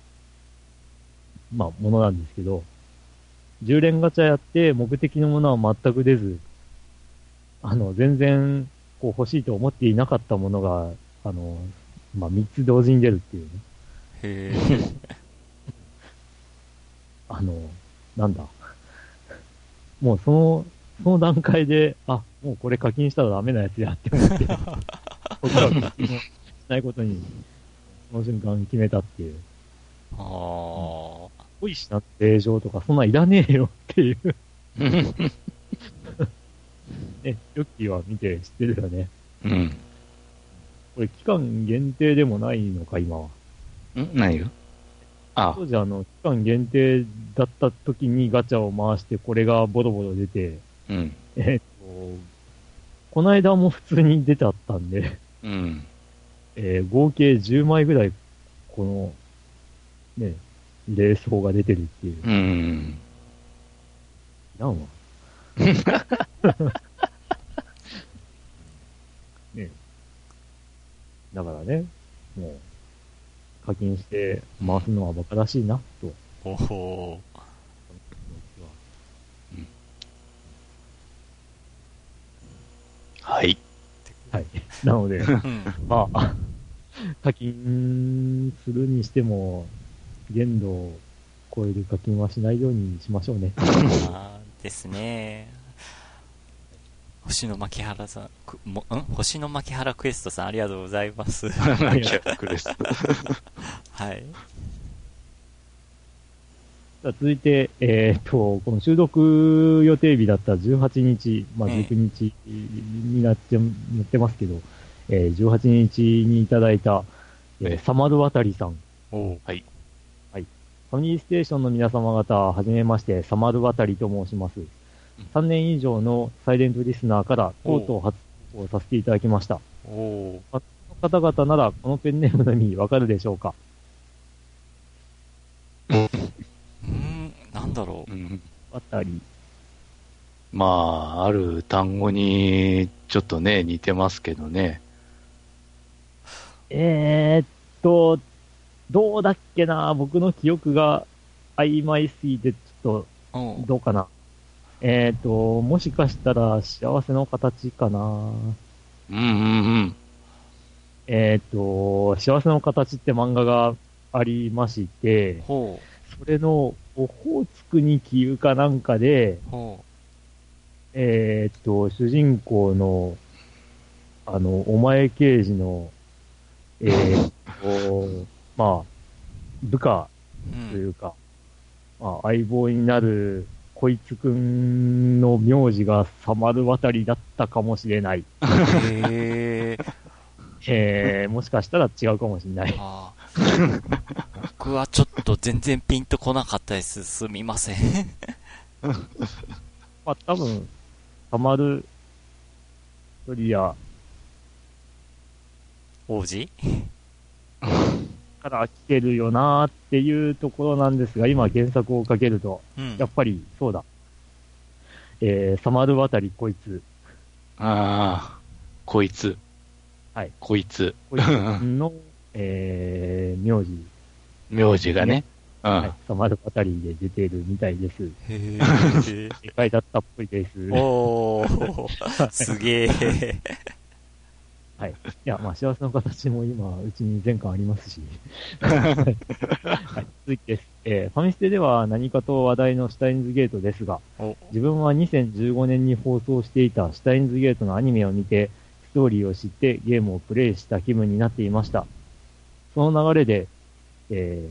まあ、ものなんですけど、じゅう連ガチャやって目的のものは全く出ず、あの、全然、こう欲しいと思っていなかったものが、あの、まあ、みっつ同時に出るっていうね。 へー。 あの、なんだ。もうその、その段階で、あ、もうこれ課金したらダメなやつやって思って、僕は課金をしないことに、その瞬間決めたっていう。 ああ。 濃いしな令状とかそんなんいらねえよっていう。ね、ヨッキーは見て知ってるよね。 うん。 これ期間限定でもないのか、今は。 んないよ。 あ当時あの、期間限定だった時にガチャを回して、これがボロボロ出て、 うん。 えっと、この間も普通に出ちゃったんで、 うん。 えー合計じゅうまいぐらい、この、ね、レース砲が出てるっていう。 うん。 なんわ。ね。だからね、もう、課金して回すのはバカらしいな、と。 おお。 はい。 はい。なので、 うん。 まあ、課金するにしても、限度を超える課金はしないようにしましょうね。 あーですね。星の牧原さん、くもん星の牧原クエストさん、ありがとうございます。 マキアクレスト。 はい。 さあ続いて、えーっと、この収録予定日だったじゅうはちにち、まあ、 ええじゅうくにちになって、なってますけど、えーじゅうはちにちにいただいた、えーええサマルワタリさん。 おはい。 ファミリーステーションの皆様方、はじめまして、サマルワタリと申します。さんねん以上のサイレントリスナーから、とうとう発行させていただきました。 おおこの方々なら、このペンネームの意味わかるでしょうか？ うーん、なんだろう。 うん、 ワタリ。 まあ、ある単語にちょっとね、似てますけどね。 えーっと、どうだっけな、僕の記憶が曖昧すぎて、ちょっおと、どうかな。えーっと、もしかしたら幸せの形かな。 うんうんうん。 えーっと、幸せの形って漫画がありまして、 ほそれの、オホーツクに消ゆかなんかで、 う。ほえーっと、主人公の、あの、お前刑事の、えーっと、まあ、部下う。うん。 というか、まあ、相棒になる、こいつくんの名字がサマルワタリだったかもしれない。 へえ。 えー、もしかしたら違うかもしれない。 あー僕はちょっと全然ピンとこなかったです。すみません。 まあ、多分、サマルトリア王子から来てるよなーっていうところなんですが、今原作をかけると、 うんやっ。ぱりそうだ。えー、サマルワタリこいつ。 ああ、こいつ。 はい。 こいつ。 こいつの、えー、名字。 名字がね。うん。 はい。サマルワタリで出てるみたいです。 へえ。 正解だったっぽいです。 おー、すげえ。 はい。いや、まあ、幸せの形も今、うちに全巻ありますし。はい。続いてです。えーファミステでは何かと話題のシュタインズゲートですが、 お、 自分はにせんじゅうごねんに放送していたシュタインズゲートのアニメを見て、ストーリーを知ってゲームをプレイした気分になっていました。その流れで、え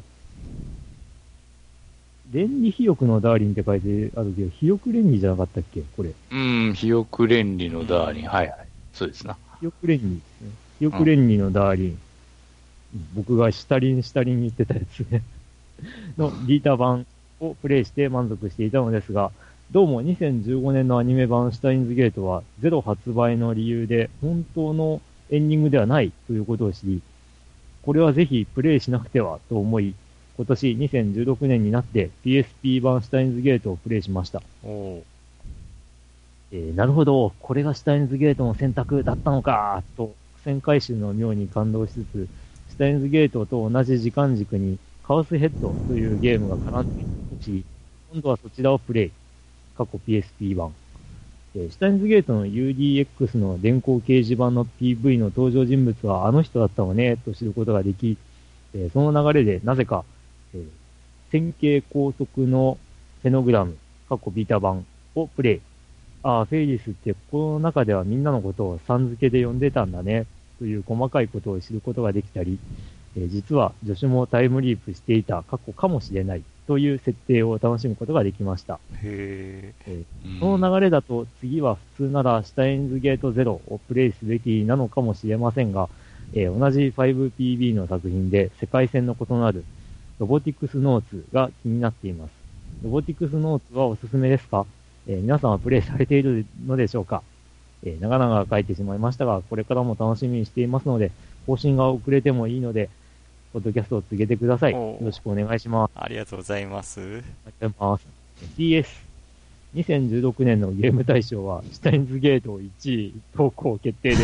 ー、レンリ肥沃のダーリンって書いてあるけど、肥沃レンリじゃなかったっけこれ。 うん、肥沃連理のダーリン。はいはい。そうですな。 肥沃レンリですね。肥沃レンリのダーリン。僕がシュタリンシュタリン言ってたやつね。のビータ版をプレイして満足していたのですが、どうもにせんじゅうごねんのアニメ版シュタインズゲートはゼロ発売の理由で本当のエンディングではないということを知り、これはぜひプレイしなくてはと思い、今年にせんじゅうろくねんになって ピーエスピー 版シュタインズゲートをプレイしました。 おー、 えーなるほど、これがシュタインズゲートの選択だったのか、と苦戦回収の妙に感動しつつ、シュタインズゲートと同じ時間軸にカオスヘッドというゲームが絡んでいるし、今度はそちらをプレイ。過去 ピーエスピー 版。えーシュタインズゲートの ユーディーエックス の電光掲示板の ピーブイ の登場人物はあの人だったのね、と知ることができ、えーその流れでなぜか、えー線形高速のフェノグラム、過去ビータ版をプレイ。ああ、フェイリスってこの中ではみんなのことをさん付けで呼んでたんだね、という細かいことを知ることができたり、えー実は助手もタイムリープしていた過去かもしれないという設定を楽しむことができました。 へえ。 うんその流れだと次は普通ならシュタインズゲートゼロをプレイすべきなのかもしれませんが、えー同じ ファイブピービー の作品で世界線の異なるロボティクスノーツが気になっています。ロボティクスノーツはおすすめですか？えー、皆さんはプレイされているのでしょうか？えー、長々書いてしまいましたが、これからも楽しみにしていますので、更新が遅れてもいいので、ポッドキャストを続けてください。よろしくお願いします。 ありがとうございます。ありがとうございます。ティーエス。にせんじゅうろくねんのゲーム大賞は、シュタインズゲートいちい投稿決定です。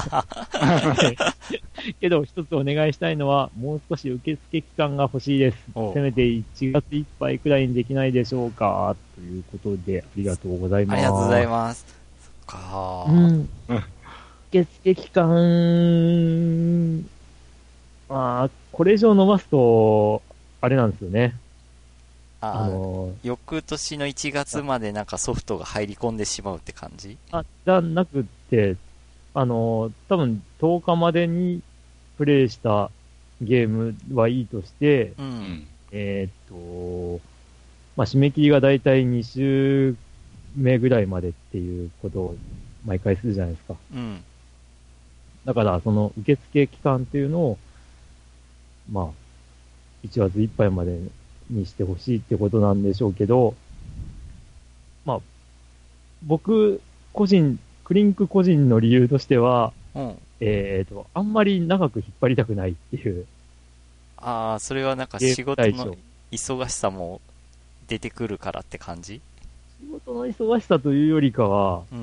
けど、一つお願いしたいのは、もう少し受付期間が欲しいです。せめていちがついっぱいくらいにできないでしょうか。ということで、ありがとうございます。 ありがとうございます。そっかー。 うん。受付期間、あこれ以上伸ばすと、あれなんですよね。 あ、あのー、翌年のいちがつまでなんかソフトが入り込んでしまうって感じ？ あ、じゃなくて、あのー、多分とおかまでにプレイしたゲームはいいとして、 うん、 えー、っと、まあ、締め切りがだいたいに週目ぐらいまでっていうことを毎回するじゃないですか。 うん。 だから、その受付期間っていうのを、まあ、いちがついっぱいまでにしてほしいってことなんでしょうけど、まあ、僕、個人、クリンク個人の理由としては、 うん、 えっと、あんまり長く引っ張りたくないっていう。 ああ、それはなんか仕事の忙しさも出てくるからって感じ？ 仕事の忙しさというよりかは、 うん、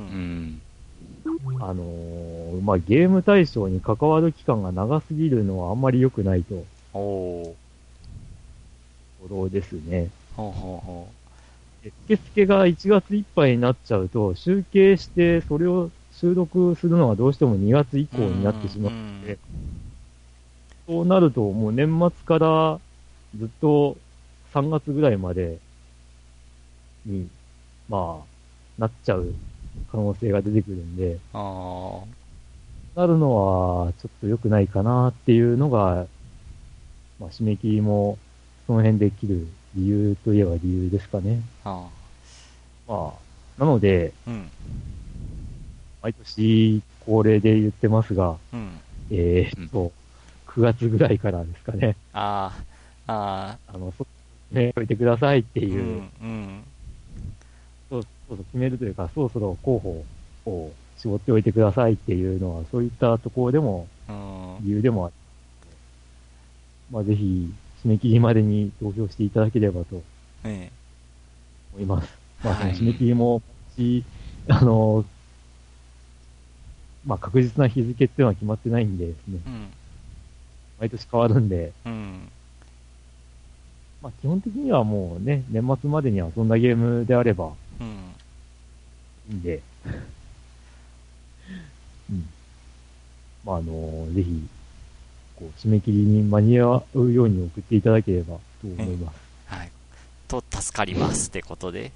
あのー、まあ、ゲーム対象に関わる期間が長すぎるのはあんまり良くないと。 おー。 ところですね。 ほうほうほう。受付がいちがついっぱいになっちゃうと、集計してそれを収録するのがどうしてもにがつ以降になってしまうので、そうなるともう年末からずっとさんがつぐらいまでに、まあ、なっちゃう可能性が出てくるんで、 あなるのはちょっと良くないかなっていうのが、まあ、締め切りもその辺で切る理由といえば理由ですかね。 あ。 まあ、なので、 うん、 毎年恒例で言ってますが、 うん、 えー、っと、うん、くがつぐらいからですかね。 ああ、ああ。あの、そ、ね、おいてくださいっていう、うん、 うん、 そうそう決めるというか、そろそろ候補を絞っておいてくださいっていうのは、そういったところでも、理由でもある。まあ、ぜひ、締め切りまでに投票していただければと、思います。ええ、まあ、その締め切りも、し、あの、まあ、確実な日付っていうのは決まってないんでですね。うん、毎年変わるんで。うん、まあ、基本的にはもうね、年末までに遊んだゲームであれば、うん、いいんで。うん。まあ、あの、ぜひ、こう、締め切りに間に合うように送っていただければと思います。 うん、はい。と、助かりますってことで。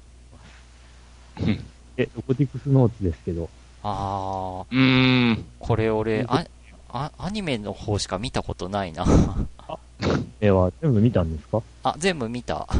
え、ロボティクスノーツですけど。 ああ。うーん。これ俺、あ、あ、アニメの方しか見たことないな。 あ、えは全部見たんですか？ あ、全部見た。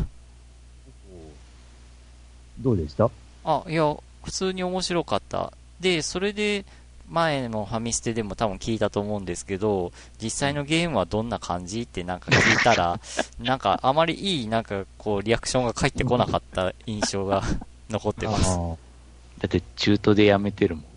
どうでした？ あ、いや、普通に面白かった。で、それで、前のファミステでも多分聞いたと思うんですけど、実際のゲームはどんな感じってなんか聞いたら、なんかあまりいい、なんかこう、リアクションが返ってこなかった印象が残ってます。 だって中途でやめてるもん。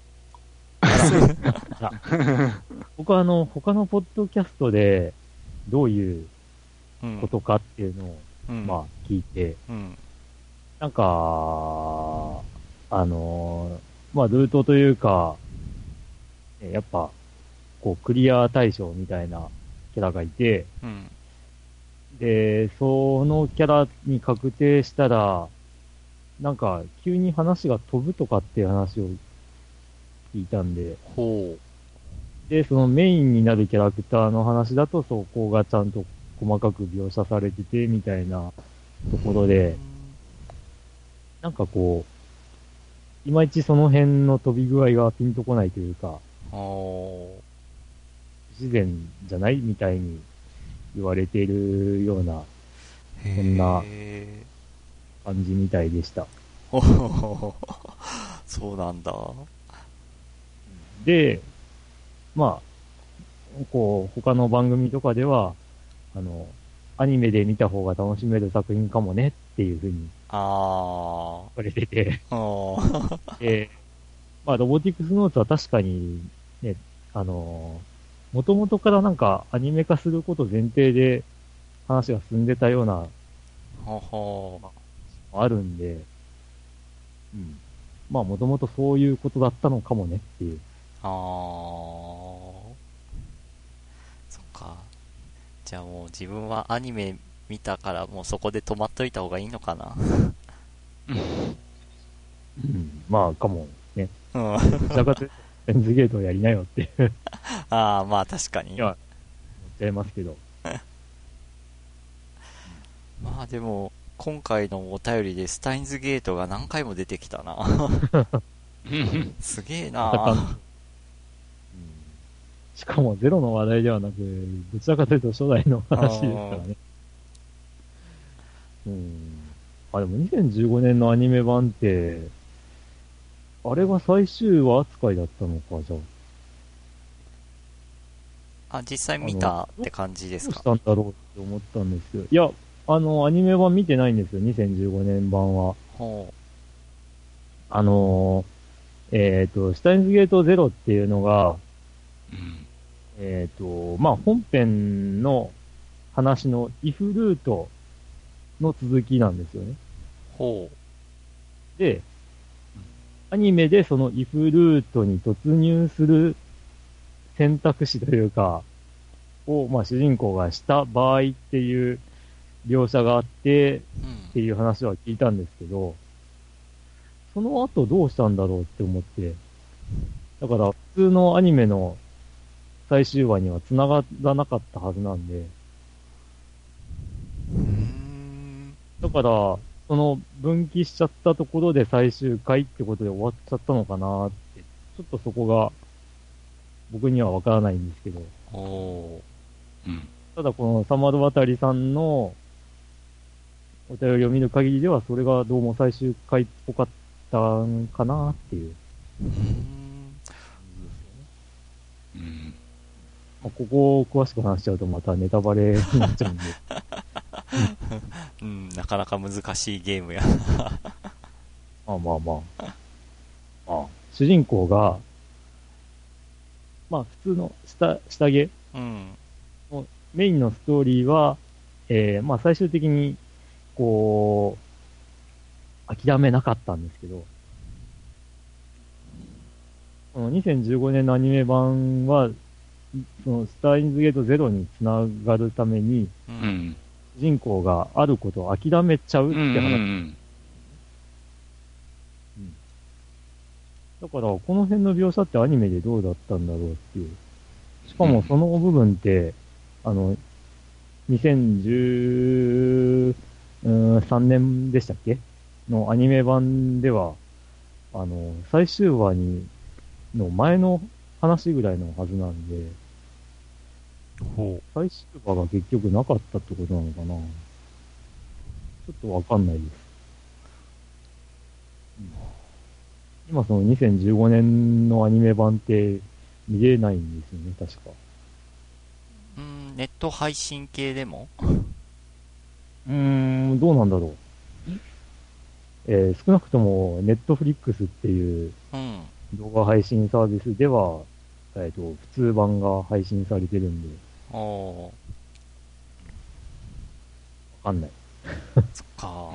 僕はあの、他のポッドキャストで、どういうことかっていうのを、うん、まあ、聞いて、うん、なんか、あの、まあ、ルートというか、やっぱ、こう、クリア対象みたいなキャラがいて、うん、で、そのキャラに確定したら、なんか、急に話が飛ぶとかっていう話を聞いたんで、ほう。で、そのメインになるキャラクターの話だと、そこがちゃんと細かく描写されてて、みたいなところで、なんかこう、いまいちその辺の飛び具合がピンとこないというか、不自然じゃないみたいに言われているような、そんな感じみたいでした。 そうなんだ。 で、まあ、こう、他の番組とかでは、あの、 アニメで見た方が楽しめる作品かもねっていうふうにあ言われてて、 あ。ーで、まあ、ロボティクスノーツは確かに、ね、あのー、もともとからなんかアニメ化すること前提で話が進んでたような、 ほほあるんで、うん。まあ、もともとそういうことだったのかもねっていう。 ああ。そっか。じゃあもう自分はアニメ見たからもうそこで止まっといた方がいいのかな。 うん。まあ、かもね。 うん。 どちらかというと、レンズゲートをやりなよっていう。 ああ、まあ確かに。 いや、思っちゃいますけど。 まあでも、今回のお便りでスタインズゲートが何回も出てきたな。すげえな。 うんしかもゼロの話題ではなく、どちらかというと初代の話ですからね。うん。あ、でもにせんじゅうごねんのアニメ版って、あれが最終話扱いだったのか、じゃあ。 あ、実際見たって感じですか？ どうしたんだろうって思ったんですけど。いや、あの、アニメ版見てないんですよ、にせんじゅうごねん版は。 ほあのー、えっと、シュタインズゲートゼロっていうのが、 うん。 えっと、まあ、本編の話のイフルートの続きなんですよね。 う。ほで、アニメでそのイフルートに突入する選択肢というか、を、まあ、主人公がした場合っていう描写があって、 う。うんって。いう話は聞いたんですけど、その後どうしたんだろうって思って、だから普通のアニメの最終話には繋がらなかったはずなんで、 うーん。 だから、その分岐しちゃったところで最終回ってことで終わっちゃったのかなって、ちょっとそこが僕にはわからないんですけど、 おー。 うん。 ただこのサマドワタリさんのお便りを見る限りでは、それがどうも最終回っぽかったんかなっていう。 うーん。 うん。 まあ、ここを詳しく話しちゃうとまたネタバレになっちゃうんで。 うん、なかなか難しいゲームや。 まあまあまあ。まあ、主人公が、まあ普通の下、下着、 うん。 メインのストーリーは、えー、まあ最終的に、こう、諦めなかったんですけど、このにせんじゅうごねんのアニメ版は、そのスターインズゲートゼロにつながるために、 う。 うんん。 主人公があることを諦めちゃうってうん。う話。 ん。 だから、この辺の描写ってアニメでどうだったんだろうっていう。しかもその部分って、あの、にせんじゅうさんねんでしたっけのアニメ版では、あの、最終話に、の前の話ぐらいのはずなんで、 ほ最終話が結局なかったってことなのかなちょっとわかんないです。うん今そのにせんじゅうごねんのアニメ版って見れないんですよね、確か。 う。うん、ネット配信系でも？ うーん、どうなんだろう。えー少なくとも、ネットフリックスっていううん。 動画配信サービスでは、えっと、普通版が配信されてるんで、 おー。 わかんない。 そっか。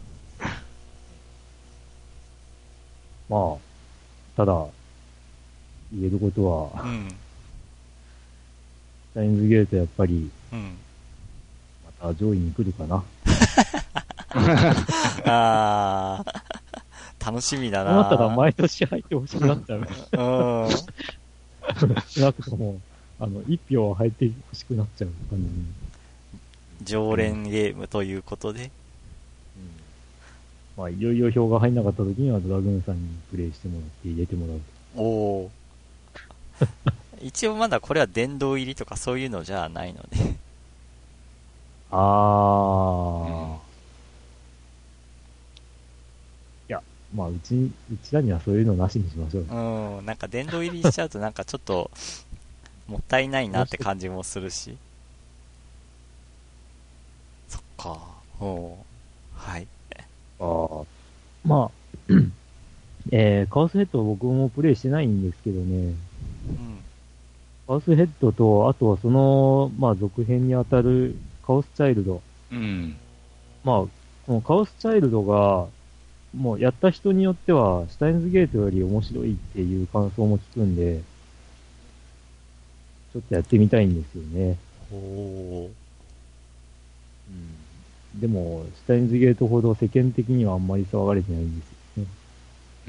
まあ、ただ、言えることは、 うん。 シャインズゲートやっぱり、 うん。 また上位に来るかな。 あー。楽しみだな。 そうなったら毎年入ってほしくなっちゃう。 うん。 少なくとも、あの、一票は入ってほしくなっちゃう感じに。 常連ゲームということで。 まあ、いよいよ票が入んなかった時にはドラグーンさんにプレイしてもらって入れてもらう。 おー。一応まだこれは殿堂入りとかそういうのじゃないので。 あー。いや、まあ、うち、うちらにはそういうのなしにしましょう。 うん。なんか殿堂入りしちゃうとなんかちょっと、もったいないなって感じもするし。 はあ、おはい。 ああ、まあ、えー、カオスヘッド僕もプレイしてないんですけどね。うん。カオスヘッドと、あとはその、まあ続編にあたるカオスチャイルド。 うん。 まあ、このカオスチャイルドが、もうやった人によっては、シュタインズゲートより面白いっていう感想も聞くんで、ちょっとやってみたいんですよね。 おー。 うん。でも、シュタインズゲートほど世間的にはあんまり騒がれてないんですよね。 うん。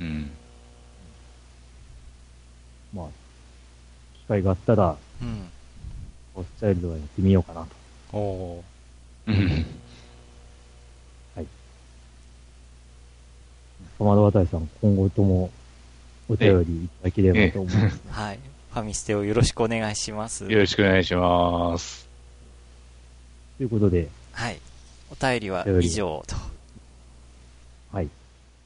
まあ、機会があったら、 うん。 カオスチャイルドはやってみようかなと。 おー。 うん。 はい。サマドワタイさん、今後ともお便りいただければと思います。 はい。ファミステをよろしくお願いします。 よろしくお願いします。 ということで。 はい。お便りは以上と。 はい。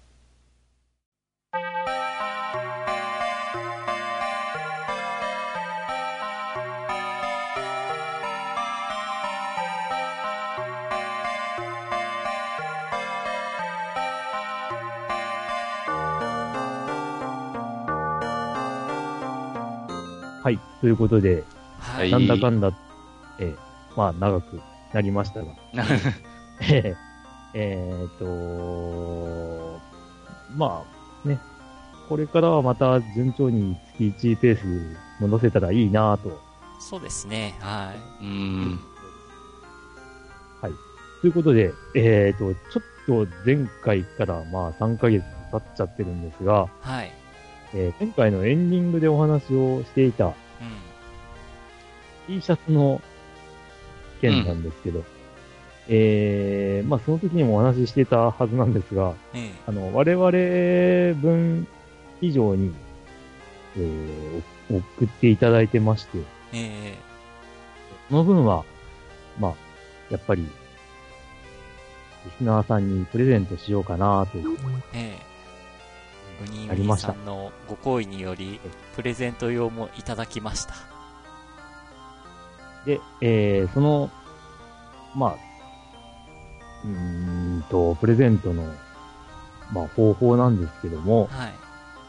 はい。ということで、はい、なんだかんだ、えー、まあ、長くなりましたが。えー、えーと、まあ、ね。これからはまた順調に月いちペースに戻せたらいいなぁと。 そうですね。はい。 うん。 はい。ということで、えーと、ちょっと前回からまあさんかげつ経っちゃってるんですが、 はい。 えー、今回のエンディングでお話をしていた、うん、T シャツの件なんですけど、うん、えー、まあその時にもお話ししてたはずなんですが、うん、あの、我々分以上に、えー、送っていただいてまして、えー、その分は、まあ、やっぱり、リスナーさんにプレゼントしようかなという。えーウニウニさんのご好意により、プレゼント用もいただきました。 で、えー、その、まあ、うーんと、プレゼントの、まあ、方法なんですけども、はい。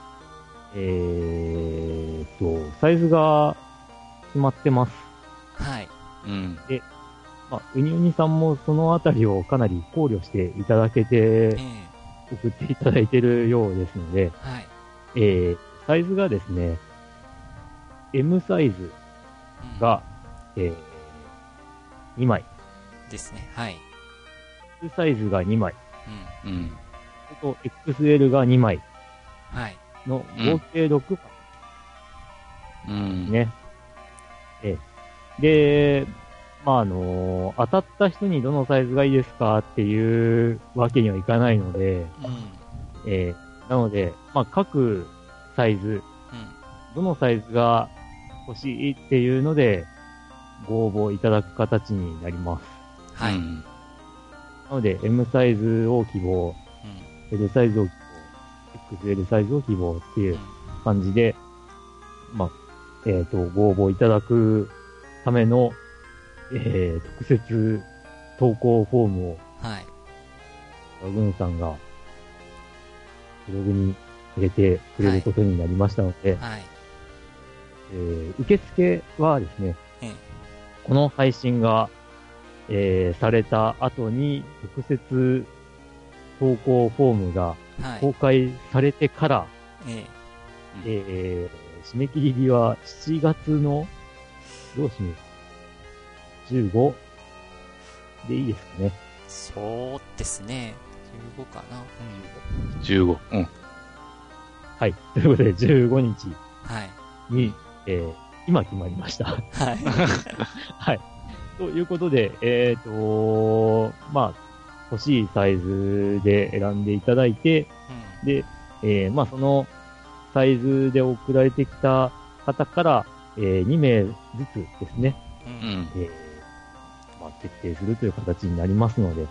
えーと、サイズが決まってます。はい。うん。で、まあ、ウニウニさんもそのあたりをかなり考慮していただけて、えー送っていただいているようですので、はい。えー、サイズがですね、M サイズが、うん、えー、にまい。 ですね、はい。 S サイズがにまい。 うん。うん。 と、エックスエル がにまい。 はい。 の合計ろくまい。 うん。 ね。えー、で、まあ、あのー、当たった人にどのサイズがいいですかっていうわけにはいかないので、うん、えー、なので、まあ、各サイズ、うん、どのサイズが欲しいっていうので、ご応募いただく形になります。はい。なので、M サイズを希望、うん、L サイズを希望、エックスエル サイズを希望っていう感じで、うん、まあ、えっと、ご応募いただくためのえー、特設投稿フォームを、はい。ラグーンさんが、ブログに入れてくれることになりましたので、はい。えー、受付はですね、うん、この配信が、えー、された後に、特設投稿フォームが公開されてから、はい、えー、えー、締め切り日はしちがつの、どうしますじゅうごでいいですかね。 そうですね。じゅうごかな。 うん、じゅうご。うん。 はい。ということで、じゅうごにちに、 はい。 えー、今決まりました。はい。はい。ということで、えっ、ー、とまあ、欲しいサイズで選んでいただいて、うん、で、えー、まあ、そのサイズで送られてきた方から、えー、にめいずつですね。うん。えーまあ、決定するという形になりますので、はい、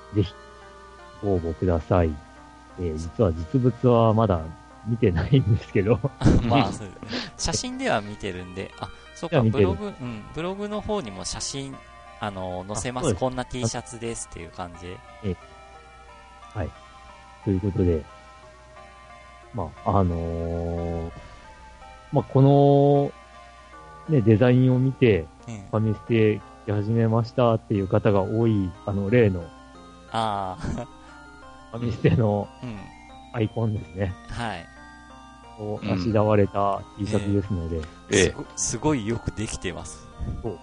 ぜひ、ご応募ください。えー、実は実物はまだ見てないんですけど。 まあ、そうですね。写真では見てるんで、あ、そうか、ブログ、うん、ブログの方にも写真あの、載せます。 そうですこんな T シャツですっていう感じで。 ええ。はい。ということで、まあ、あのーまあ、この、ね、デザインを見て、 うん。 ファミステや始めましたっていう方が多い、あの、例のあファミステのあ、うん。 アイコンですね。 はい。 をうんあしらわれた T シャツですので、 ええすごすごいよくできてます。 そう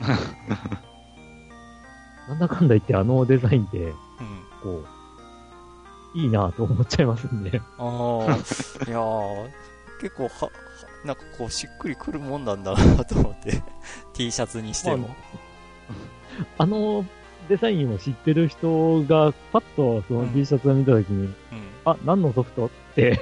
なんだかんだ言ってあのデザインって、 うん。 こう、いいなと思っちゃいますんで。 ああ、いやー、結構は、はなんかこう、しっくりくるもんなんだなと思って、T シャツにしても。 あのデザインを知ってる人が、パッとその T シャツを見たときに、 うん。 あ、何のソフトって、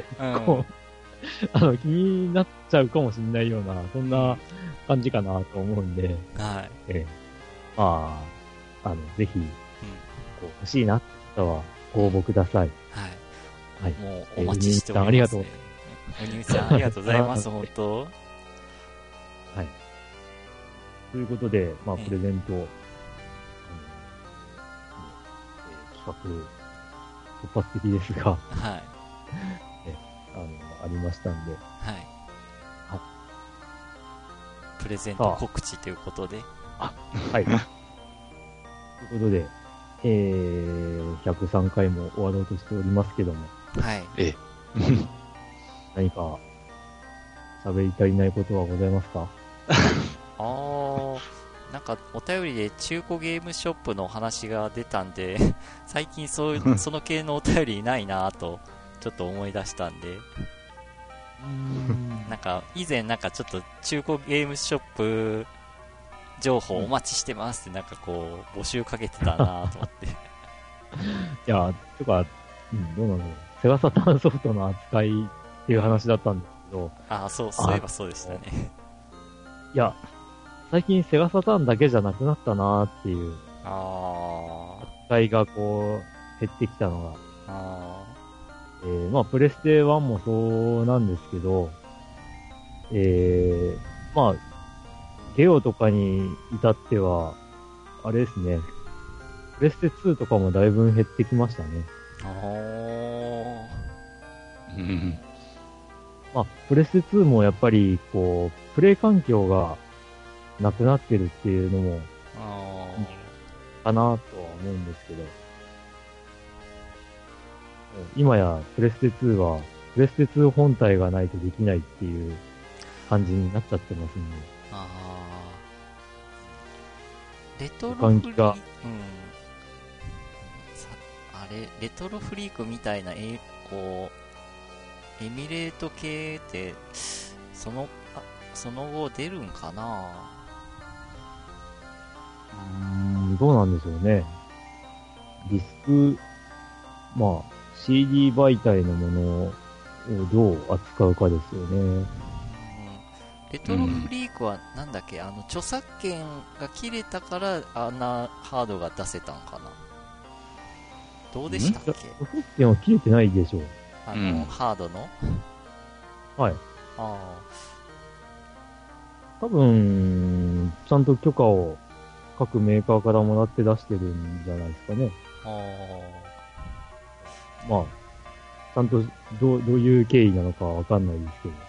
うん。 こう、あの、気になっちゃうかもしれないような、そんな感じかなと思うんで、 はい。 ええ、まあ、あの、ぜひ、 うん。 こう欲しいなって方はご応募ください。 はい。 はい。 もうお待ちしております、ね。 えーウニウニさんありがとう。 おにうちさんありがとうございます、本当。 はい。ということで、まあ、 ええプレゼント、あの、えー企画、突発的ですが、 はい。 あの、ありましたんで、 はい。 はプレゼント告知ということで。 はい。ということで、えー、ひゃくさんかいも終わろうとしておりますけども、 はい。 ええ。 何か、喋り足りないことはございますか？ あー、なんかお便りで中古ゲームショップの話が出たんで、最近そういう、その系のお便りないなぁと、ちょっと思い出したんで、なんか以前なんかちょっと中古ゲームショップ情報お待ちしてますってなんかこう募集かけてたなぁと思って。 いや、てか、うん、どうなのセガサターンソフトの扱いっていう話だったんですけど、 ああ、そう、そういえばそうでしたね。 いや、最近セガサターンだけじゃなくなったなーっていうあ扱いがこう、減ってきたのが、 あ、あえー、まあ、プレステワンもそうなんですけど、えー、まあ、ゲオとかに至っては、あれですね、プレステツーとかもだいぶ減ってきましたね。 あ、あうん。 まあ、プレステツーもやっぱり、こう、プレイ環境がなくなってるっていうのも、 あ、あかなとは思うんですけど、今やプレステツーは、プレステツー本体がないとできないっていう感じになっちゃってますんで。 あ、レトロフリーク、 換気がうん。さあれ、レトロフリークみたいな、え、こう、エミュレート系って、その、あその後出るんかなうーん、どうなんでしょうね。ディスク、まあ、シーディー 媒体のものをどう扱うかですよね。 うん。レトロフリークはなんだっけ、あの、著作権が切れたからあんなハードが出せたんかなどうでしたっけ著作権は切れてないでしょう。 あの、 うんハードのはい。 あ多分、ちゃんと許可を各メーカーからもらって出してるんじゃないですかね。 あ、あまあ、ちゃんとどう、どういう経緯なのかはわかんないですけど。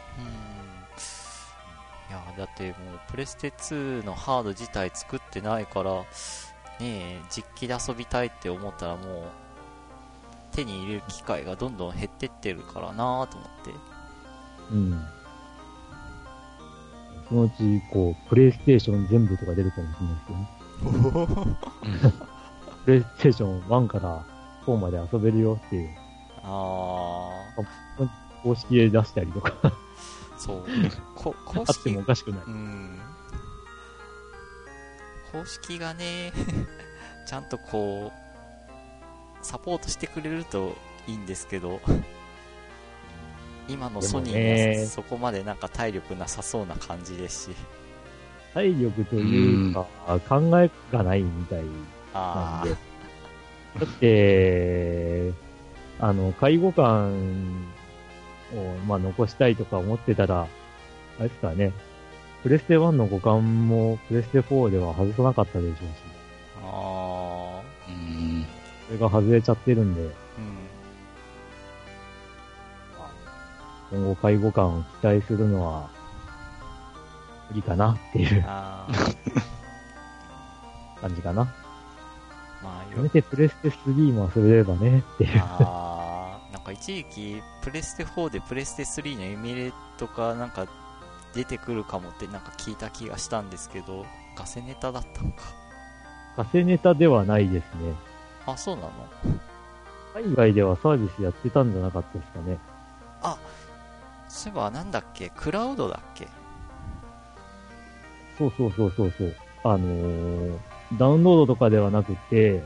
あ、うん。いや、だってもう、プレステツーのハード自体作ってないから、ねえ、実機で遊びたいって思ったらもう、手に入れる機会がどんどん減ってってるからなぁと思って。 うん。そのうち、こう、プレイステーション全部とか出るかもしれないですけどね。プレイステーションワンからフォーまで遊べるよっていう、 あ公式で出したりとか、 あ、そう。こ公あって式もおかしくない。 うん。公式がね、ちゃんとこう、サポートしてくれるといいんですけど、今のソニーはそこまでなんか体力なさそうな感じですし。 体力というか、考えがないみたいなんあで。だって、あの、介護官を、まあ、残したいとか思ってたら、あれですかね、プレステワンの互換もプレステフォーでは外さなかったでしょうし。 あ、 あうん。 それが外れちゃってるんで、 ー。うん。 今後介護官を期待するのは、無理かなっていうあー。 感じかな。 まあ、 せめてプレステスリーも遊べればねっていう。 あー。なんか一時期、プレステフォーでプレステスリーのエミュレートかなんか出てくるかもってなんか聞いた気がしたんですけど、ガセネタだったのか。 ガセネタではないですね。 あ、そうなの？ 海外ではサービスやってたんじゃなかったですかね。 あ、そういえばなんだっけ、クラウドだっけ？ そうそうそうそうそう。あのー、ダウンロードとかではなくて、 うん。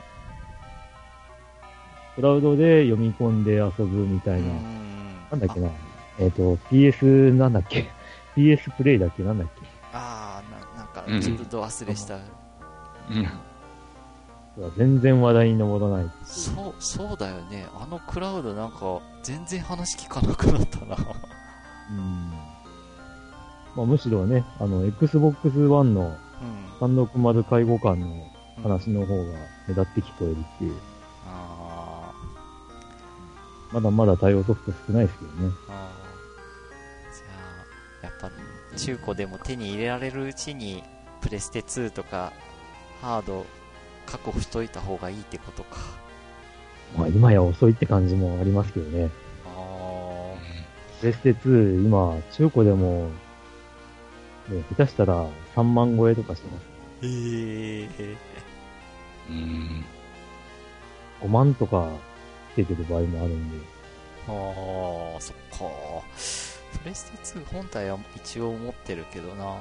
クラウドで読み込んで遊ぶみたいな。 うん。 なんだっけな。えっ、と、ピーエス なんだっけ ピーエス プレイだっけなんだっけあー、な、なんかうんちょっとど忘れした。 うん。 全然話題に上らない。 そう、そうだよね。あのクラウドなんか全然話聞かなくなったな。 うん。まあ、むしろね、あの、エックスボックスワン のうん。 さんろくまる介護官の話の方が目立って聞こえるっていう。 あまだまだ対応ソフト少ないですけどね。 ーあー。じゃあ、やっぱ中古でも手に入れられるうちにプレステツーとかハード確保しといた方がいいってことか。 まあ今や遅いって感じもありますけどね。 あプレステツー、今、中古でも、ね、下手したらさんまん超えとかしてます。 ー。へえ。 うん。 ごまんとか出てる場合もあるんで。 ああ、そっか。プレステツー本体は一応持ってるけどな。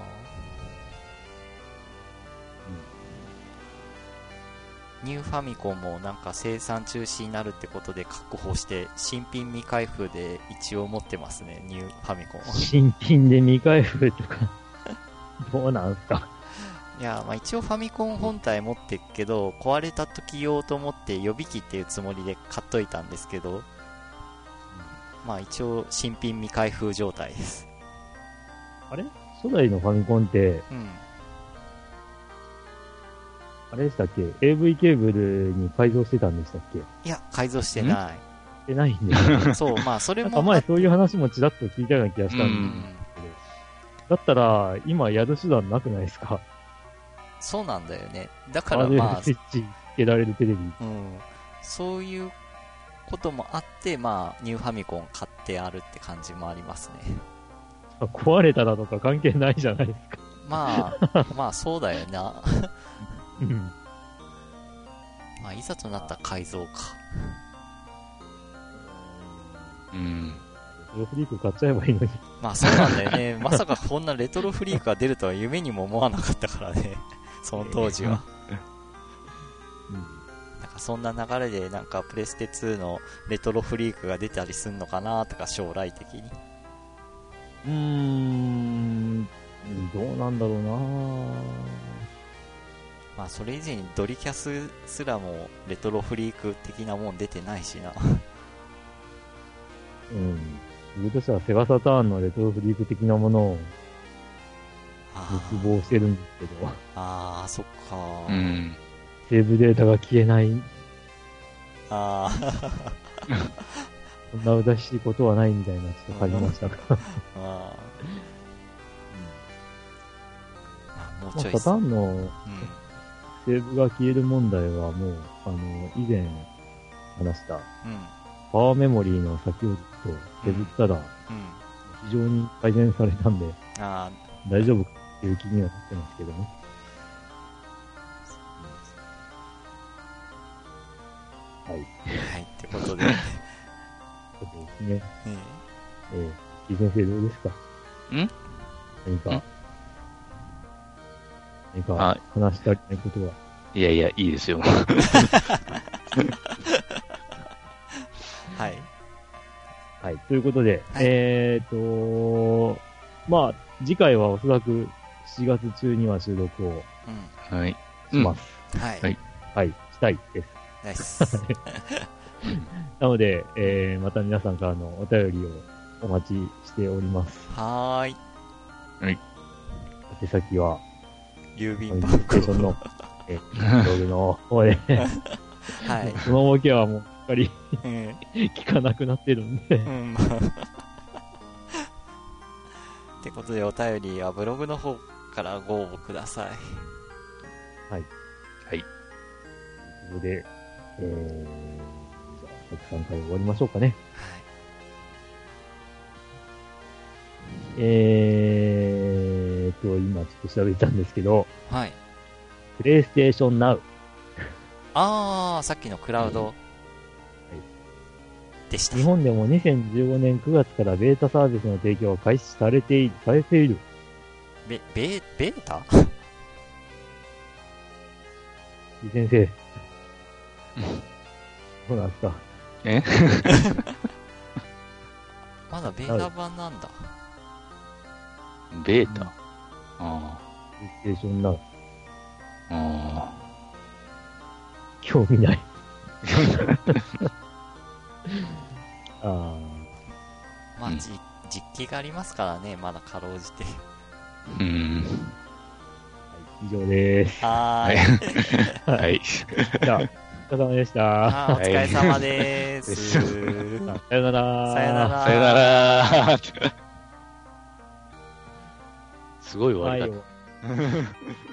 ニューファミコンもなんか生産中止になるってことで確保して新品未開封で一応持ってますね、ニューファミコンは。 新品で未開封とか、どうなんすか。 いや、まあ一応ファミコン本体持ってるけど、壊れた時用と思って予備機っていうつもりで買っといたんですけど、まあ一応新品未開封状態です。 あれ初代のファミコンって、 うん。 あれでしたっけ ?エーブイ ケーブルに改造してたんでしたっけしいや、改造してなてないんですよ。 い。そう、まあそれなんもあ。 か前そういう話もちらっと聞いたような気がしたうんですん。 けど。だったら、今やる手段なくないですかそうなんだよね。だからアールエまあフ、スイッチつけられるテレビ。 うん。そういうこともあって、まあ、ニューファミコン買ってあるって感じもありますね。 あ壊れたらとか関係ないじゃないですか。 まあ、まあそうだよな。 うん。 まあ、いざとなったら改造か。 うん。 レトロフリーク買っちゃえばいいのに。 まあそうなんだよね。まさかこんなレトロフリークが出るとは夢にも思わなかったからね。その当時は。なんかそんな流れでなんかプレステツーのレトロフリークが出たりすんのかなとか将来的に。 うーん。どうなんだろうなまあそれ以前にドリキャスすらもレトロフリーク的なもん出てないしな。 うん。僕としてはセガサターンのレトロフリーク的なものをあ熱望してるんですけど、 あー、そっかー。 うん。 セーブデータが消えない、 あそんな嬉しいことはないみたいな、ちょっと感じましたが。 あ。ああ。もうまあ、 ちょいサターンのうん。 セーブが消える問題はもう、あの、以前話したうん。 パワーメモリーの先ほどと削ったらうん。 非常に改善されたんでああ。 大丈夫かっていう気にはなってますけどね。はい。 はい、ってことで。 そうですね。 ねえー、木先生どうですかん何かん、 何か話したりないことは。 いやいや、いいですよ。 はい。 はい。ということで、 はいえーと、まあ、次回はおそらくしちがつ中には収録をうはい。 します。 ん。はい。 はいはい。したいです。 ナイス。 なので、えー、また皆さんからのお便りをお待ちしております。 はーい。 宛先は、 郵便コミュニ番号。 ケーションの、ええー、ブログの方で、 はい。 その動きはもう、しっかりうん。 聞かなくなってるんで。 うん、まあ。ってことで、お便りはブログの方からご応募ください。 はい。 はい。 ということで、えー、じゃあ、さんかい終わりましょうかね。えーと、今ちょっと調べたんですけど、 はい。はい。 プレイステーションナウ。 あー、さっきのクラウド。でした。 日本でもにせんじゅうごねんくがつからベータサービスの提供が開始されている、されている。 べ、ベ、ベータ李先生。そうなんですか。 えまだベータ版なんだ。 ベータ、あプレイステーションナウ。 あ。あ興味ない。あーまあ、 うんじ、実機がありますからね、まだかろうじて。 あ。うん。 以上でーす。 はーい。 はい。 じゃあ、お疲れ様でした。 あーお疲れ様でーす。 さよなら。 さよなら。 さよなら。すごい終わはいり方。